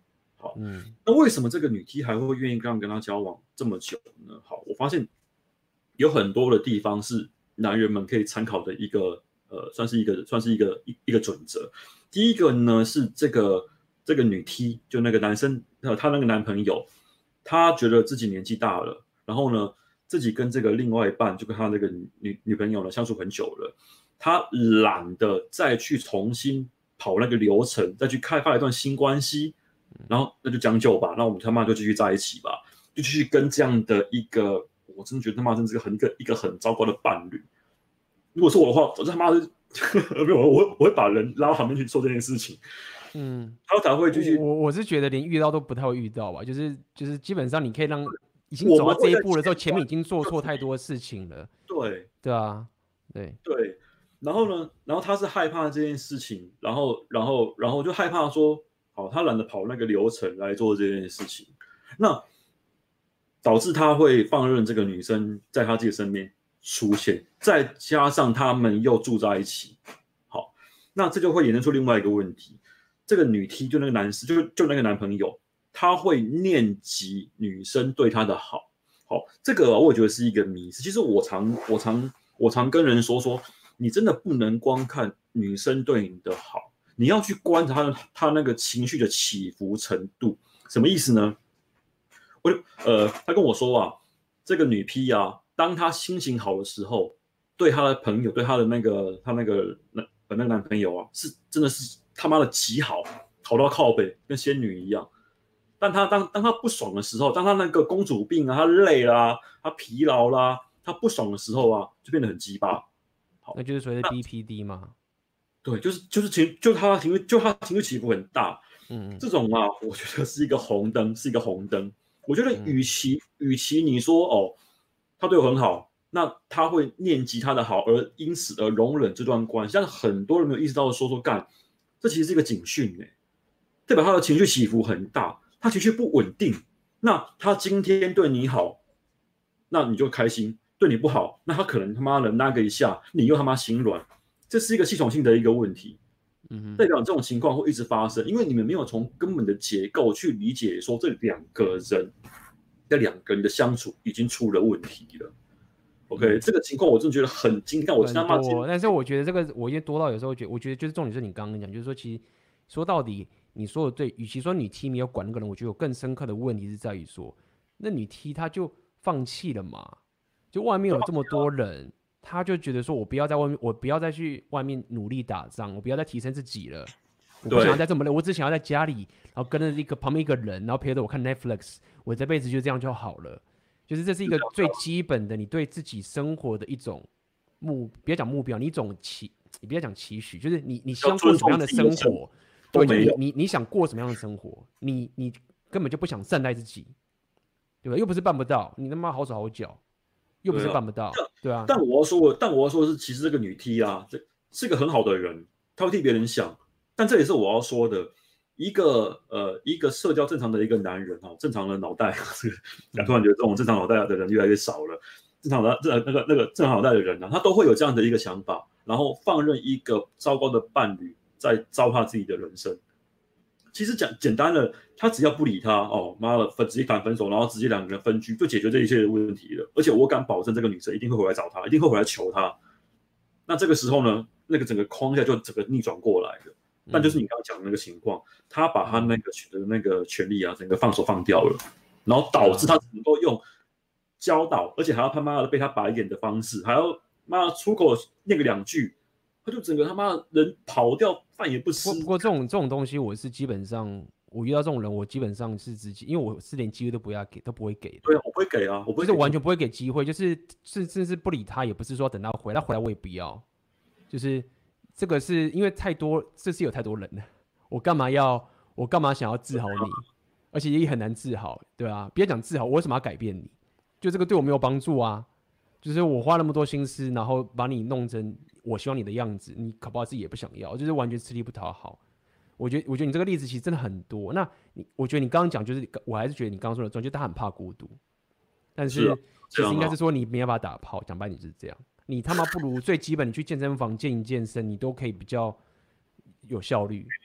好，那为什么这个女 T 还会愿意跟他交往这么久呢？好，我发现有很多的地方是男人们可以参考的一个算是一个准则。第一个呢是这个女 T 就那个男生她那个男朋友，他觉得自己年纪大了，然后呢自己跟这个另外一半就跟他那个女朋友呢相处很久了，他懒得再去重新跑那个流程，再去开发一段新关系，然后那就将就吧，那我们他妈就继续在一起吧，就继续跟这样的一个，我真的觉得他妈真是一个很糟糕的伴侣。如果是我的话，我他妈的，我会把人拉到旁边去做这件事情。他才会继续。 我是觉得连遇到都不太会遇到吧，就是基本上你可以让已经走到这一步的时候，前面已经做错太多事情了。对啊， 对。然后呢，然后他是害怕这件事情，然后就害怕说，好，他懒得跑那个流程来做这件事情，那导致他会放任这个女生在他自己身边出现，再加上他们又住在一起，好，那这就会衍生出另外一个问题，这个女 T 就那个男士，就那个男朋友，他会念及女生对他的好，好，这个我觉得是一个迷思。其实我常跟人说。你真的不能光看女生对你的好，你要去观察她那个情绪的起伏程度。什么意思呢？他跟我说啊，这个女 P 啊，当她心情好的时候，对她的朋友，对她的那个男朋友啊，是真的是他妈的极好，好到靠北，跟仙女一样。但当她不爽的时候，当她那个公主病啊，她累啦，她疲劳啦，她不爽的时候啊，就变得很鸡巴。 那就是所谓的 BPD 吗？ 对，就他情绪起伏很大，这种啊，我觉得是一个红灯，我觉得与其你说哦，他对我很好，那他会念及他的好，而因此而容忍这段关系，但是很多人没有意识到说干，这其实是一个警讯代表他的情绪起伏很大，他情绪不稳定。那他今天对你好，那你就开心。对你不好，那他可能他妈的拉个一下，你又他妈心软，这是一个系统性的一个问题。代表这种情况会一直发生，因为你们没有从根本的结构去理解说这两个人的相处已经出了问题了。OK，这个情况我真的觉得很惊讶，我他妈但是我觉得这个我因为多到有时候我觉得就是重点是你刚刚讲，就是说其实说到底你说的对，与其说女 T 没有管那个人，我觉得有更深刻的问题是在于说，那女 T 她就放弃了嘛。就外面有这么多人，他就觉得说，我不要在外面，我不要再去外面努力打仗，我不要再提升自己了，我不想要再这么累，我只想要在家里，然后跟着旁边一个人，然后陪着我看 Netflix， 我这辈子就这样就好了。就是这是一个最基本的，你对自己生活的一种不要讲目标，你不要讲期许，就是你希望过什么样的生活，对，就你想过什么样的生活，你根本就不想善待自己，对吧？又不是办不到，你他妈好手好脚。又不是办不到，对啊。 但我要说的是，其实这个女 T 啊，这是个很好的人，她会替别人想。但这也是我要说的，一个社交正常的一个男人哈，正常的脑袋，突然觉得这种正常脑袋的人越来越少了。正常的那个正常脑袋的人啊，他都会有这样的一个想法，然后放任一个糟糕的伴侣在糟蹋自己的人生。其实简单的，他只要不理他，哦妈的，直接谈分手，然后直接两个人分居，就解决这一切的问题了。而且我敢保证，这个女生一定会回来找他，一定会回来求他。那这个时候呢，那个整个框架就整个逆转过来了。但就是你刚刚讲的那个情况，他把他那个取得的那个权利啊，整个放手放掉了，然后导致他只能够用教导，而且还要他妈的被他白眼的方式，还要妈的出口念个2句。他就整个他妈人跑掉，饭也不吃。 不过这种东西，我是基本上我遇到这种人，我基本上是直接，因为我是连机会都不会给的。 对啊，我不会给啊，我不会， 就是完全不会给机会，就是甚至不理他，也不是说等他回来我也不要。就是这个是因为这是有太多人了，我干嘛想要治好你？而且也很难治好，对啊，别讲治好，我为什么要改变你？就这个对我没有帮助啊。就是我花那么多心思，然后把你弄成我希望你的样子，你搞不好自己也不想要，就是完全吃力不讨好。我觉得你这个例子其实真的很多。那我觉得你刚刚讲，就是我还是觉得你刚刚说的重点，就是他很怕孤独。但是其实应该是说你没办法打炮，讲白你就是这样。你他妈不如最基本，你去健身房健一健身，你都可以比较有效率。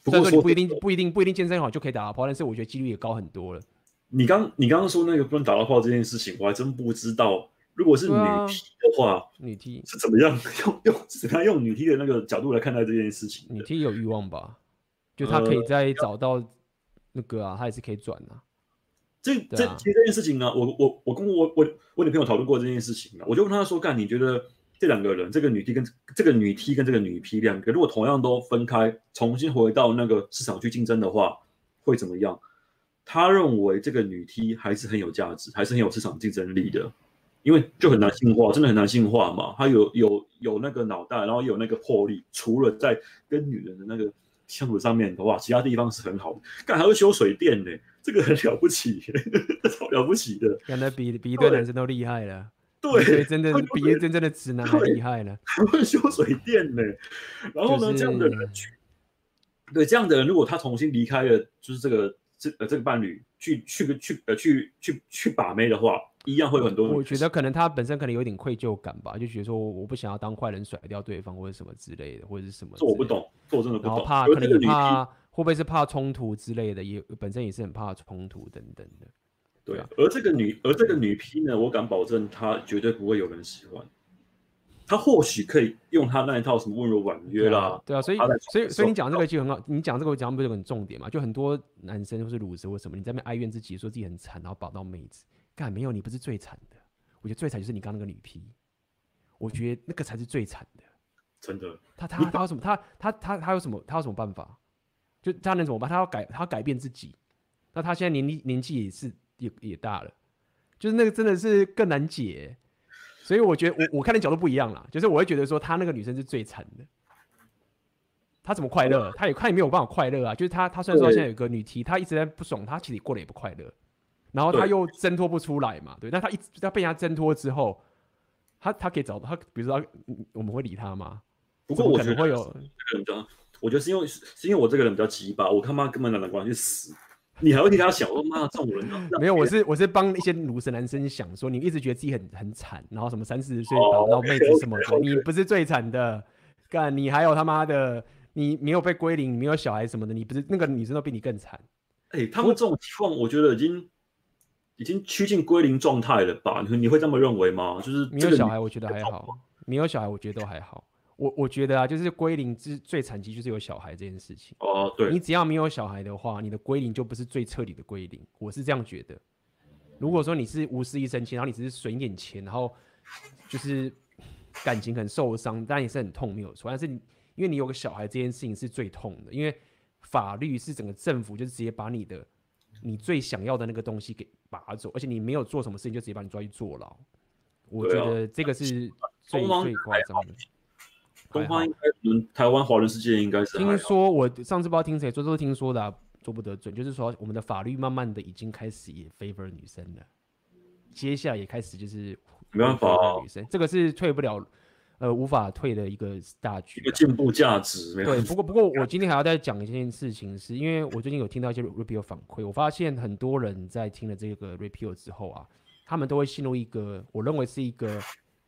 不过说不一定健身好就可以打到炮，但是我觉得几率也高很多了。 你刚刚说那个不能打到炮这件事情，我还真不知道。如果是女 T 的话， 女 T 是怎么样用女 T 的那个角度来看待这件事情的？ 女 T 有欲望吧？就她可以再找到那个啊，她也是可以转啊。 其实这件事情呢，我跟我女朋友讨论过这件事情啊，我就问她说：“干，你觉得这两个人，这个女 T 跟这个女 P 两个，如果同样都分开，重新回到那个市场去竞争的话，会怎么样？”他认为这个女 T 还是很有价值，还是很有市场竞争力的，因为就很男性化，真的很男性化嘛。他有那个脑袋，然后也有那个魄力，除了在跟女人的那个相处上面的话，其他地方是很好的。干还会修水电呢，这个很了不起，超了不起的。 感觉比一堆男生都厉害了。 对， 真的比真正的直男还厉害了。 还会修水电呢。然后呢，这样的人对这样的人，如果他重新离开了，就是这个伴侣去把妹的话，一样会有很多。 我觉得可能他本身可能有点愧疚感吧，就觉得说我不想要当坏人甩掉对方或者什么之类的，或者是什么。 这我不懂，这我真的不懂。 然后可能也怕会不会是怕冲突之类的，也本身也是很怕冲突等等的。 对，而这个女 P 呢，我敢保证她绝对不会有人喜欢。她或许可以用她那一套什么温柔婉约啦， 对啊，所以你讲这个就很好，你讲这个我讲不是很重点嘛？就很多男生或是鲁子或什么，你在那边哀怨自己，说自己很惨，然后保到妹子，干没有，你不是最惨的。我觉得最惨就是你刚那个女 P， 我觉得那个才是最惨的。 真的， 他有什么？他有什么？他有什么办法？就他能怎么办？他要改变自己。那他现在年纪也大了，就是那个真的是更难解。所以我觉得我看的角度不一样啦，就是我会觉得说他那个女生是最惨的。他怎么快乐？他也没有办法快乐啊。就是他虽然说现在有个女 T，他一直在不爽，他其实过得也不快乐。然后他又挣脱不出来嘛，对。但他被人家挣脱之后，他可以找他，比如说我们会理他吗？ 不过我觉得会有这个人比较，我觉得是因为我这个人比较鸡巴，我他妈根本懒得管去死。你还会替他想，我妈这种人没有，我是帮一些鲁神男生想说，你一直觉得自己很惨，然后什么30-40岁找不到妹子什么的，你不是最惨的，干你还有他妈的，你没有被归零，你没有小孩什么的，你不是那个女生都比你更惨。 他们这种情况，我觉得已经趋近归零状态了吧？你会这么认为吗？就是没有小孩，我觉得还好，没有小孩，我觉得都还好。我觉得啊，就是归零最惨其实就是有小孩这件事情。 哦，对， 你只要没有小孩的话，你的归零就不是最彻底的归零。我是这样觉得。如果说你是无事一身轻，然后你只是损眼钱，然后就是感情很受伤，当然也是很痛，没有错。但是因为你有个小孩，这件事情是最痛的，因为法律是整个政府就是直接把你最想要的那个东西给拔走，而且你没有做什么事情就直接把你抓去坐牢。我觉得这个是最夸张的。 东方应该，台湾华人世界应该是。 听说我上次不知道听谁说，都是听说的、啊，说不得准。就是说，我们的法律慢慢的已经开始也 favor 女生了，接下来也开始就是没办法、 女生，这个是退不了，无法退的一个大局、 一个进步价值。 对，不过我今天还要再讲一件事情，是因为我最近有听到一些 repeal 反馈，我发现很多人在听了这个 repeal 之后啊，他们都会陷入一个我认为是一个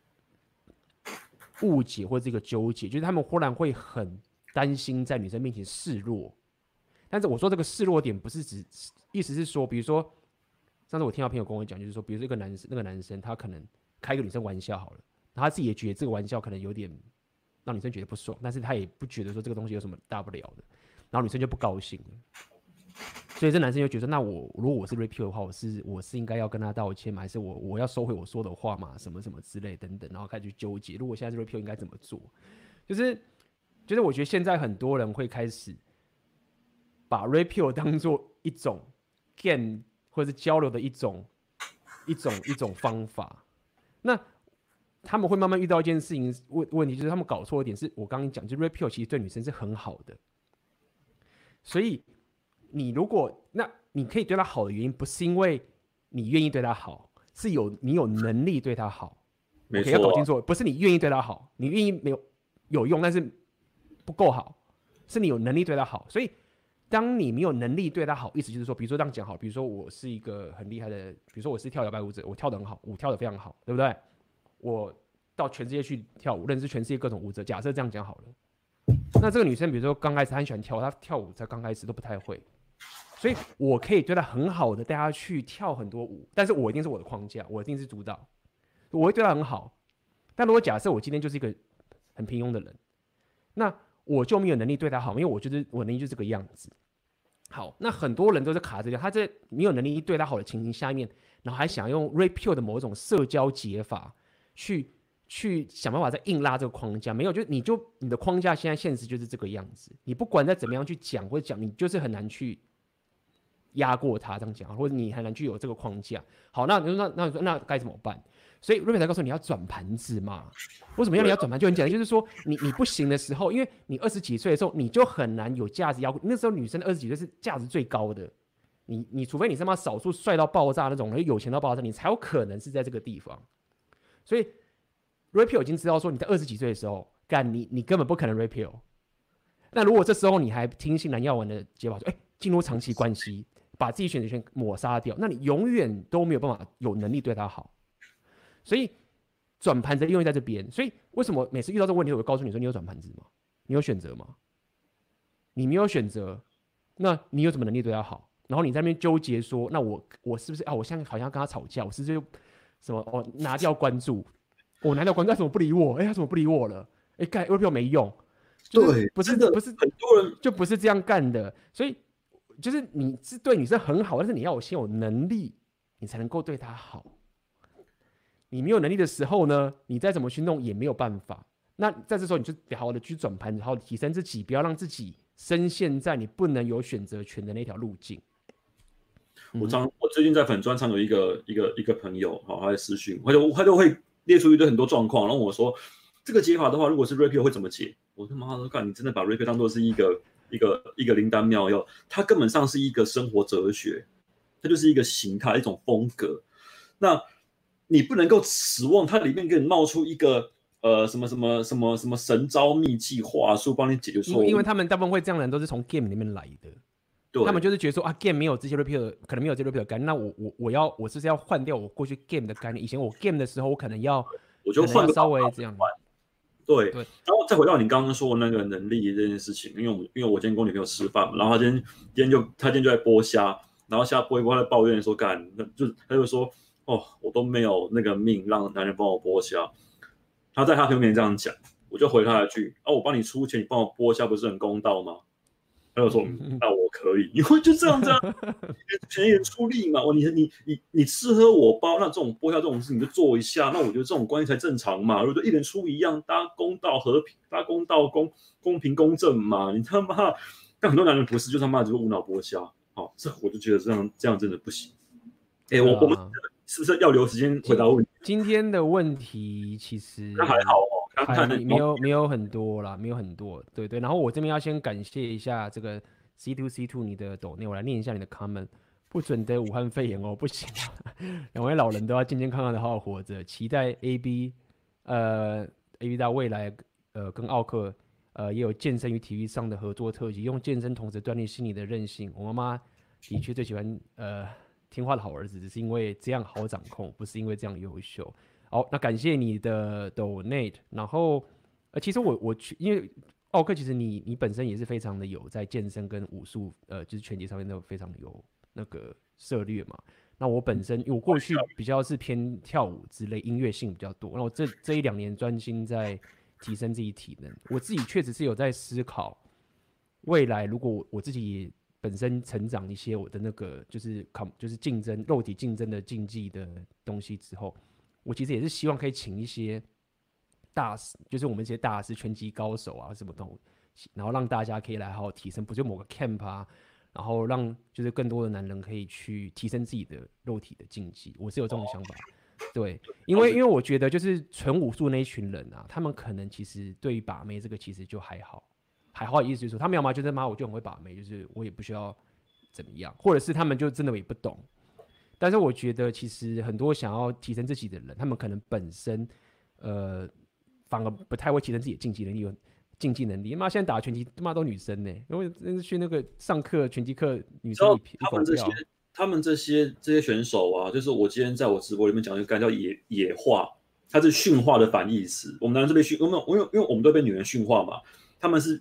误解或者这个纠结，就是他们忽然会很担心在女生面前示弱。但是我说这个示弱点不是指，意思是说，比如说上次我听到朋友跟我讲，就是说，比如说那个男生他可能开个女生玩笑好了，然后他自己也觉得这个玩笑可能有点让女生觉得不爽，但是他也不觉得说这个东西有什么大不了的，然后女生就不高兴了。所以这男生就觉得，那如果我是 repeal 的话，我是应该要跟他道歉吗？还是我要收回我说的话嘛？什么什么之类等等，然后开始去纠结，如果现在是 repeal 应该怎么做？就是我觉得现在很多人会开始把 repeal 当做一种 game 或者是交流的一种方法。那他们会慢慢遇到一件事情问题，就是他们搞错一点，是我刚刚讲，就是 repeal 其实对女生是很好的，所以你可以对他好的原因，不是因为你愿意对他好，是你有能力对他好。 没错、 要搞清楚，不是你愿意对他好，你愿意有用，但是不够好，是你有能力对他好。所以，当你没有能力对他好，意思就是说，比如说这样讲好，比如说我是一个很厉害的，比如说我是跳摇摆舞者，我跳得很好，舞跳得非常好，对不对？我到全世界去跳舞，认识全世界各种舞者。假设这样讲好了， 那这个女生比如说刚开始她很喜欢跳舞，她跳舞才刚开始都不太会，所以我可以对她很好的带她去跳很多舞，但是我一定是我的框架，我一定是主导，我会对她很好。但如果假设我今天就是一个很平庸的人，那我就没有能力对她好，因为我能力就是这个样子。好，那很多人都是卡这样，他在没有能力对他好的情形下面，然后还想用 rapio 的某种社交解法去想办法再硬拉这个框架，没有，就你的框架现在现实就是这个样子，你不管再怎么样去讲或者讲，你就是很难去压过他这样讲，或者你很难去有这个框架。好，那该怎么办？所以瑞美才告诉你要转盘子嘛。为什么要你要转盘？就很简单，就是说你不行的时候，因为你20几岁的时候，你就很难有价值压过。那时候女生20几岁是价值最高的，你除非你他妈少数帅到爆炸那种，有钱到爆炸，你才有可能是在这个地方。所以 Rapio 已经知道说你在20几岁的时候，干你根本不可能 Rapio。那如果这时候你还听信蓝药丸的解法，说进入长期关系，把自己选择权抹杀掉，那你永远都没有办法有能力对他好。所以转盘子利用在这边，所以为什么每次遇到这个问题，我会告诉你说：你有转盘子吗？你有选择吗？你没有选择，那你有什么能力对他好？然后你在那边纠结说：那我是不是啊？我现在好像跟他吵架，我是不是什么拿掉关注？我拿掉关注，他怎么不理我？他怎么不理我了？干 Rapio 没用， 对， 不是很多人就不是这样干的。所以就是你是对你是很好，但是你要先有能力，你才能够对他好。你没有能力的时候呢，你再怎么去弄也没有办法。那在这时候，你就得好好的去转盘，好好的提升自己，不要让自己深陷在你不能有选择权的那条路径。 我最近在粉专常有一个朋友，他在私讯，他就会列出一堆很多状况，然后我说这个解法的话，如果是 Rapio 会怎么解？我他妈的干，你真的把 Rapio 当作是一个灵丹妙药？它根本上是一个生活哲学，它就是一个形态，一种风格。那你不能够指望它里面给你冒出一个什么神招秘技话术帮你解决错误， 因为他们大部分会这样的人都是从 game 里面来的。他们就是觉得说啊 ，game 没有这些 Rapio， 可能没有这些 Rapio 的概念，那我是不是要换掉我过去 game 的概念？以前我 game 的时候，我可能要稍微这样。 对，然后再回到你刚刚说的那个能力这件事情，因为我今天跟我女朋友吃饭嘛，然后他今天就在剥虾，然后虾剥一剥，他抱怨说干，他就说我都没有那个命让男人帮我剥虾。他在他朋友面前这样讲，我就回他一句我帮你出钱，你帮我剥虾不是很公道吗？他就说那我可以，因为就这样子钱也出力嘛，你吃喝我包，那这种剥虾这种事你就做一下，那我觉得这种关系才正常嘛。如果一人出一样，大家公道和平，大家公道公平公正嘛。你他妈，但很多男人不是，就他妈只是无脑剥虾。这我就觉得这样真的不行。我们是不是要留时间回答问题？ 今天的问题其实还好没有很多啦，没有很多，对。然后我这边要先感谢一下这个 C2 你的抖内，我来念一下你的 comment。不准得武汉肺炎不行啊！两位老人都要健健康康的好好活着，期待 AB 大未来跟奥克也有健身与体育上的合作特辑，用健身同时锻炼心理的韧性。我妈妈的确最喜欢听话的好儿子，只是因为这样好掌控，不是因为这样优秀。好，那感谢你的 donate。然后其实我因为奥克其实你本身也是非常的有在健身跟武术就是拳击上面都非常有那个涉猎嘛。那我本身因为我过去比较是偏跳舞之类音乐性比较多，那我这1-2年专心在提升自己体能。我自己确实是有在思考未来如果我自己也本身成长一些我的那个就是竞争肉体竞争的竞技的东西之后，我其实也是希望可以请一些大师，就是我们这些大师拳击高手啊什么的，然后让大家可以来好好提升，不就某个 camp 啊，然后让就是更多的男人可以去提升自己的肉体的竞技，我是有这种想法。对，因为我觉得就是纯武术那一群人啊，他们可能其实对于把妹这个其实就还好的意思就是说，他们要么就是我就很会把妹，就是我也不需要怎么样，或者是他们就真的也不懂。但是我觉得其实很多想要提升自己的人，他们可能本身反而不太会提升自己的竞技能力。竞技能力，妈现在打拳击他妈都女生呢，因为去那个上课拳击课，女生他们这些选手啊，就是我今天在我直播里面讲的，叫野化，它是驯化的反义词。我们男人是被驯，因为我们都被女人驯化嘛，他们是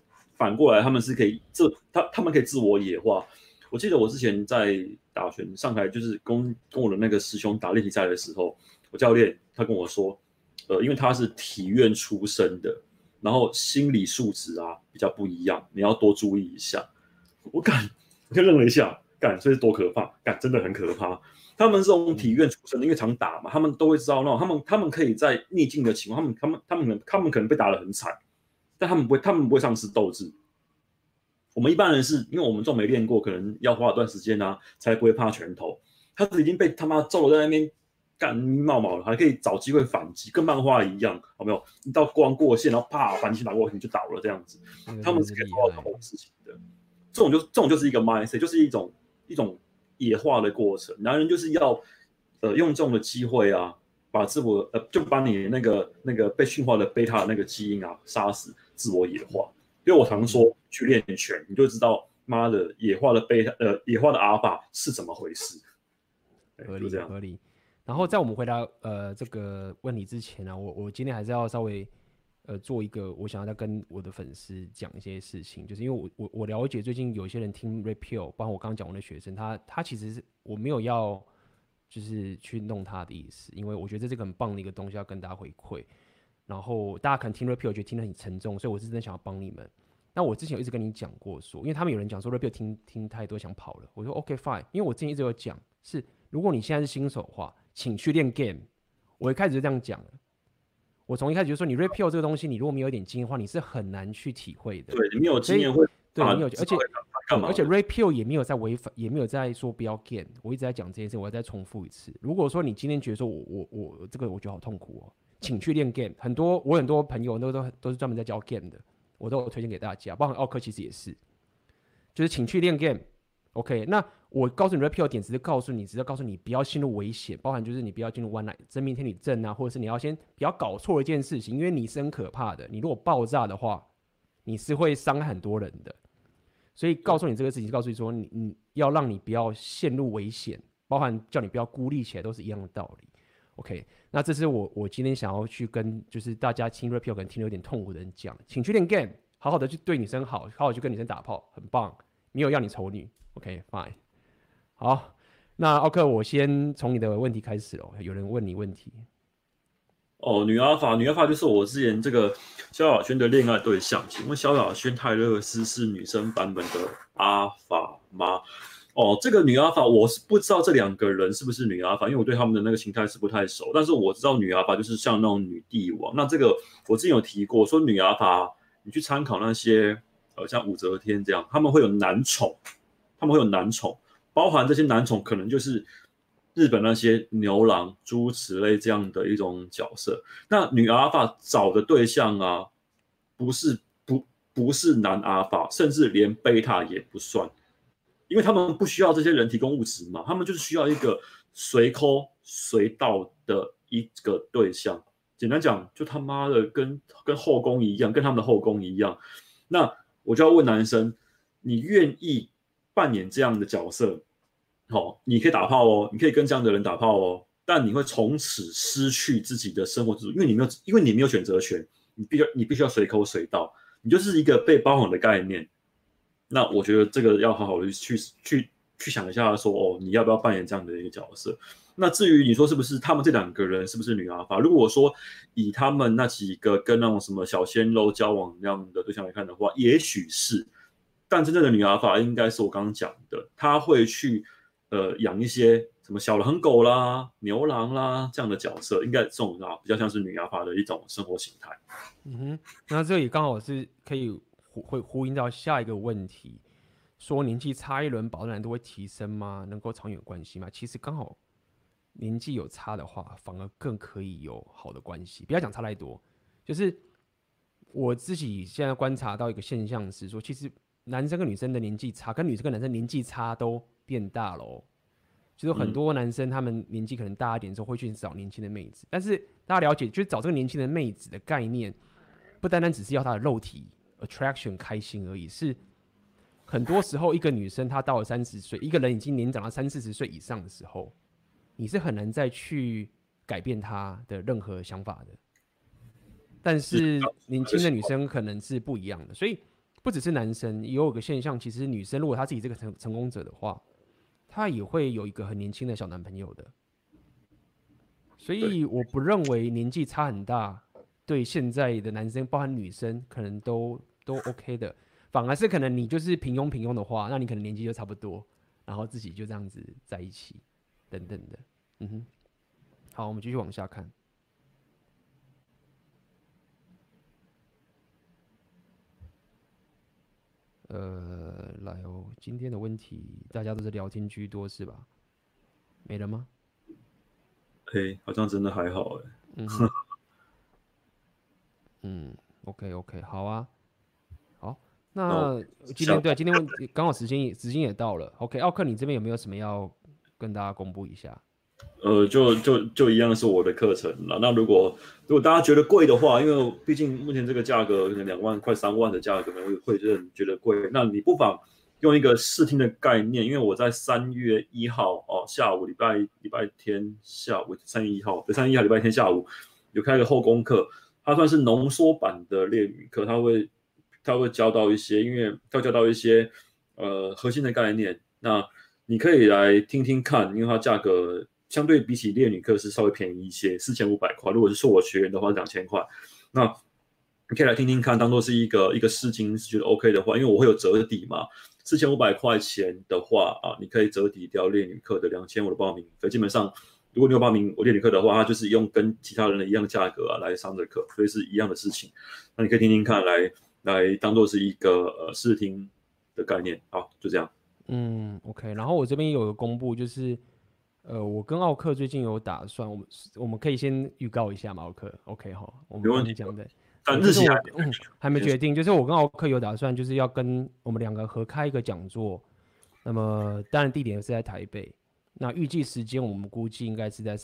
反过来他们是可以他们可以自我野化。我记得我之前在打拳上台，就是跟我的那个师兄打练习赛的时候，我教练他跟我说，因为他是体院出身的，然后心理素质啊比较不一样，你要多注意一下。我就愣了一下，所以多可怕，真的很可怕。他们是从体院出身的，因为常打嘛，他们都会知道那种他们可以在逆境的情况，他们可能被打得很惨，但他们不会丧失斗志。我们一般人是因为我们这种没练过，可能要花一段时间啊，才不会怕拳头。他已经被他妈揍了，在那边干冒毛了，还可以找机会反击，跟漫画一样，有没有？你到光过线，然后啪反击打过去，你就倒了这样子。他们是可以做到这种事情的。这种就是一个 mindset， 就是一种野化的过程。男人就是要用这种的机会啊，把自我就把你那个被驯化的贝塔的那个基因啊杀死，自我野化。因为我常说去练拳，你就知道妈的野化的野化的阿尔法是怎么回事。 合理。然后在我们回答这个问题之前呢，我今天还是要稍微做一个，我想要再跟我的粉丝讲一些事情，就是因为我了解最近有些人听 Repeal， 包括我刚刚讲我的学生，他其实我没有要就是去弄他的意思，因为我觉得这是个很棒的一个东西要跟大家回馈。然后大家可能听 Repeal 觉得听得很沉重，所以我是真的想要帮你们。那我之前有一直跟你讲过说，因为他们有人讲说 Repeal 听太多想跑了，我说 OK fine， 因为我之前一直有讲是，如果你现在是新手的话，请去练 game。我一开始就这样讲了。我从一开始就说，你 Repeal 这个东西，你如果没有一点经验的话，你是很难去体会的。 对，你没有经验会， 对，你有，而且 Repeal 也没有在违反，也没有在说不要 game。我一直在讲这件事，我要再重复一次。如果说你今天觉得说我这个我觉得好痛苦哦，请去练 game。我很多朋友都是专门在教 game 的，我都有推荐给大家，包含奥克其实也是，就是请去练 game。OK， 那我告诉你 Repeal 点只是告诉你不要陷入危险，包含就是你不要进入弯来真命天女症啊，或者是你要先不要搞错一件事情，因为你是很可怕的，你如果爆炸的话，你是会伤害很多人的。所以告诉你这个事情，告诉你说你要让你不要陷入危险，包含叫你不要孤立起来，都是一样的道理。OK， 那这是我今天想要去跟就是大家听 Repeal 可能听得有点痛苦的人讲，请去练 game， 好好的去对女生好，好好去跟女生打炮，很棒，没有要你丑女。OK fine， 好，那奥克，我先从你的问题开始哦。有人问你问题。 女阿法就是我之前这个萧亚轩的恋爱对象。请问萧亚轩泰勒斯是女生版本的阿法吗？这个女阿法我是不知道这两个人是不是女阿法，因为我对他们的那个形态是不太熟。但是我知道女阿法就是像那种女帝王。那这个我之前有提过，说女阿法你去参考那些像武则天这样，他们会有男宠，包含这些男宠可能就是日本那些牛郎诸如此类这样的一种角色。那女阿法找的对象啊，不是男阿法，甚至连贝塔也不算，因为他们不需要这些人提供物质嘛，他们就是需要一个随抠随到的一个对象。简单讲，就他妈的跟后宫一样，跟他们的后宫一样。那我就要问男生，你愿意扮演这样的角色？你可以打炮哦，你可以跟这样的人打炮哦，但你会从此失去自己的生活自主，因为你没有选择权，你必须要随抠随到，你就是一个被包养的概念。那我觉得这个要好好的去想一下说，你要不要扮演这样的一个角色？那至于你说是不是他们这两个人是不是女阿法？如果说以他们那几个跟那种什么小鲜肉交往那样的对象来看的话，也许是，但真正的女阿法应该是我刚刚讲的，她会去养一些什么小狼狗啦、牛郎啦这样的角色，应该这种比较像是女阿法的一种生活形态。 那这里刚好是可以会呼应到下一个问题，说年纪差一轮，保证难度会提升吗？能够长远关系吗？其实刚好年纪有差的话，反而更可以有好的关系。不要讲差太多，就是我自己现在观察到一个现象是说，其实男生跟女生的年纪差，跟女生跟男生年纪差都变大了哦。就是很多男生他们年纪可能大一点之后会去找年轻的妹子，但是大家了解，就是找这个年轻的妹子的概念，不单单只是要她的肉体 attraction 开心而已，是很多时候一个女生她到了30岁，一个人已经年长到30-40岁以上的时候，你是很难再去改变她的任何想法的。但是年轻的女生可能是不一样的，所以不只是男生，也有个现象，其实女生如果她自己这个成功者的话，她也会有一个很年轻的小男朋友的。所以我不认为年纪差很大，对现在的男生，包含女生，可能都 OK 的。反而是可能你就是平庸的话，那你可能年纪就差不多，然后自己就这样子在一起，等等的。嗯哼，好，我们继续往下看。来哦，今天的问题大家都是聊天居多是吧？没了吗？ 好像真的还好嗯哼，OK， 好啊，好， 那我那今天问刚好时间也到了，OK，奥克你这边有没有什么要跟大家公布一下？ 就一样是我的课程了。那如果大家觉得贵的话，因为毕竟目前这个价格可能2万快3万的价格，可能会真的觉得贵。那你不妨用一个试听的概念，因为我在3月1号下午礼拜天下午3月1号，对，3月1号礼拜天下午有开一个后宫课，它算是浓缩版的烈女课，它会教到一些，因为它会教到一些核心的概念。那你可以来听听看，因为它价格相对比起烈女课是稍微便宜一些，4500块。如果是硕我学员的话，2000块。那你可以来听听看，当做是一个试金，是觉得 OK 的话，因为我会有折抵嘛。4500块钱的话你可以折抵掉烈女课的2500的报名费。基本上，如果你有报名我烈女课的话，它就是用跟其他人的一样的价格来上这课，所以是一样的事情。那你可以听听看，来当做是一个试听的概念。好，就这样。 OK，然后我这边有个公布，就是我跟奥克最近有打算，我们可以先预告一下嘛，奥克，OK 哈，我们刚刚讲的， 但日期还没决定，就是我跟奥克有打算，就是要跟我们2个合开一个讲座，那么当然地点是在台北，那预计时间我们估计应该是在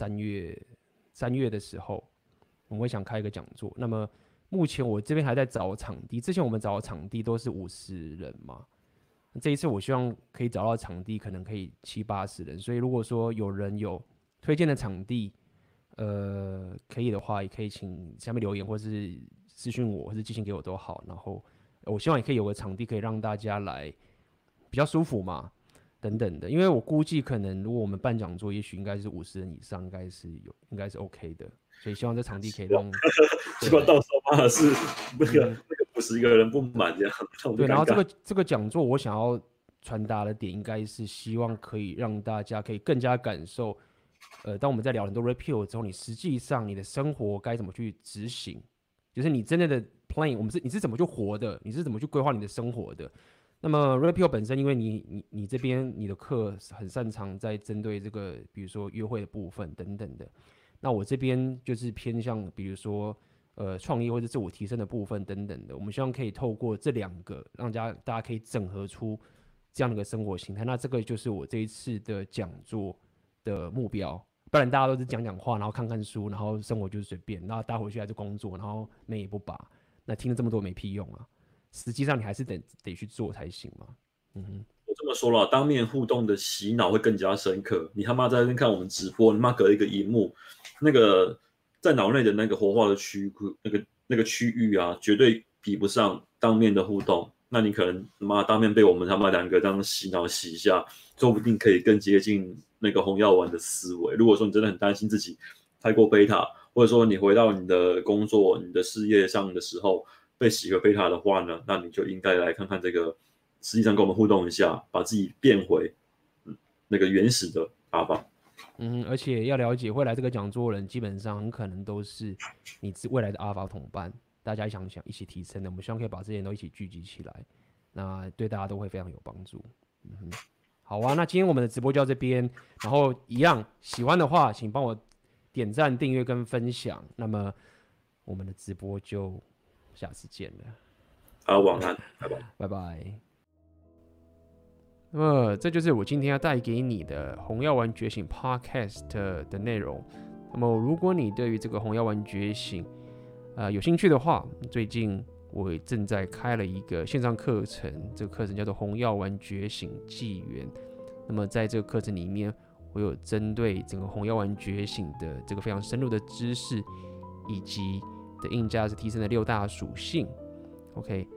3月的时候，我们会想开一个讲座。那么目前我这边还在找场地，之前我们找的场地都是50人嘛。这一次我希望可以找到场地，可能可以70-80人，所以如果说有人有推荐的场地，可以的话，也可以请下面留言，或是私讯我，或是寄信给我都好。然后我希望也可以有个场地，可以让大家来比较舒服嘛，等等的。因为我估计可能如果我们办讲座，也许应该是50人以上，应该是 OK 的。所以希望这场地可以让， 希望到时候骂的是那个50个人不满这样。 对，然后这个讲座我想要传达的点，应该是希望可以让大家可以更加感受，当我们在聊很多 repeal 之后，你实际上你的生活该怎么去执行，就是你真正的 plan，你是怎么去活的，你是怎么去规划你的生活的。那么 repeal 本身，因为你这边你的课很擅长在针对这个，比如说约会的部分等等的。那我这边就是偏向，比如说创业或者自我提升的部分等等的，我们希望可以透过这2个，让大家可以整合出这样的一个生活形态。那这个就是我这一次的讲座的目标。不然大家都是讲话，然后看看书，然后生活就是随便，然后大家回去还是工作，然后妹也不拔，那听了这么多没屁用啊！实际上你还是得去做才行嘛。 我这么说了，当面互动的洗脑会更加深刻。你他妈在那边看我们直播，你妈隔一个荧幕，那个在脑内的那个活化的那个区域啊，绝对比不上当面的互动。那你可能妈当面被我们他妈2个这样洗脑洗一下，说不定可以更接近那个红药丸的思维。如果说你真的很担心自己太过贝塔，或者说你回到你的工作、你的事业上的时候被洗回贝塔的话呢，那你就应该来看看这个。实际上跟我们互动一下，把自己变回那个原始的阿法。 而且要了解，会来这个讲座的人，基本上很可能都是你未来的阿法同伴，大家想一起提升的。我们希望可以把这些人都一起聚集起来，那对大家都会非常有帮助。好啊，那今天我们的直播就到这边，然后一样喜欢的话，请帮我点赞、订阅跟分享。那么我们的直播就下次见了。 好，晚安，拜拜， 拜拜。那么这就是我今天要带给你的红药丸觉醒 Podcast 的内容。那么如果你对于这个红药丸觉醒有兴趣的话，最近我也正在开了一个线上课程，这个课程叫做红药丸觉醒纪元。那么在这个课程里面，我有针对整个红药丸觉醒的这个非常深入的知识，以及的硬价值提升的6大属性。OK，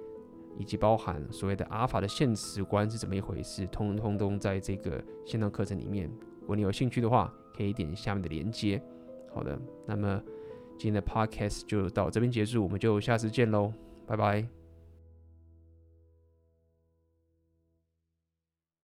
以及包含所谓的阿法的现词观是怎么一回事，通通都在这个线上课程里面。如果你有兴趣的话，可以点下面的连结。好的，那么今天的 podcast 就到这边结束，我们就下次见喽，拜拜。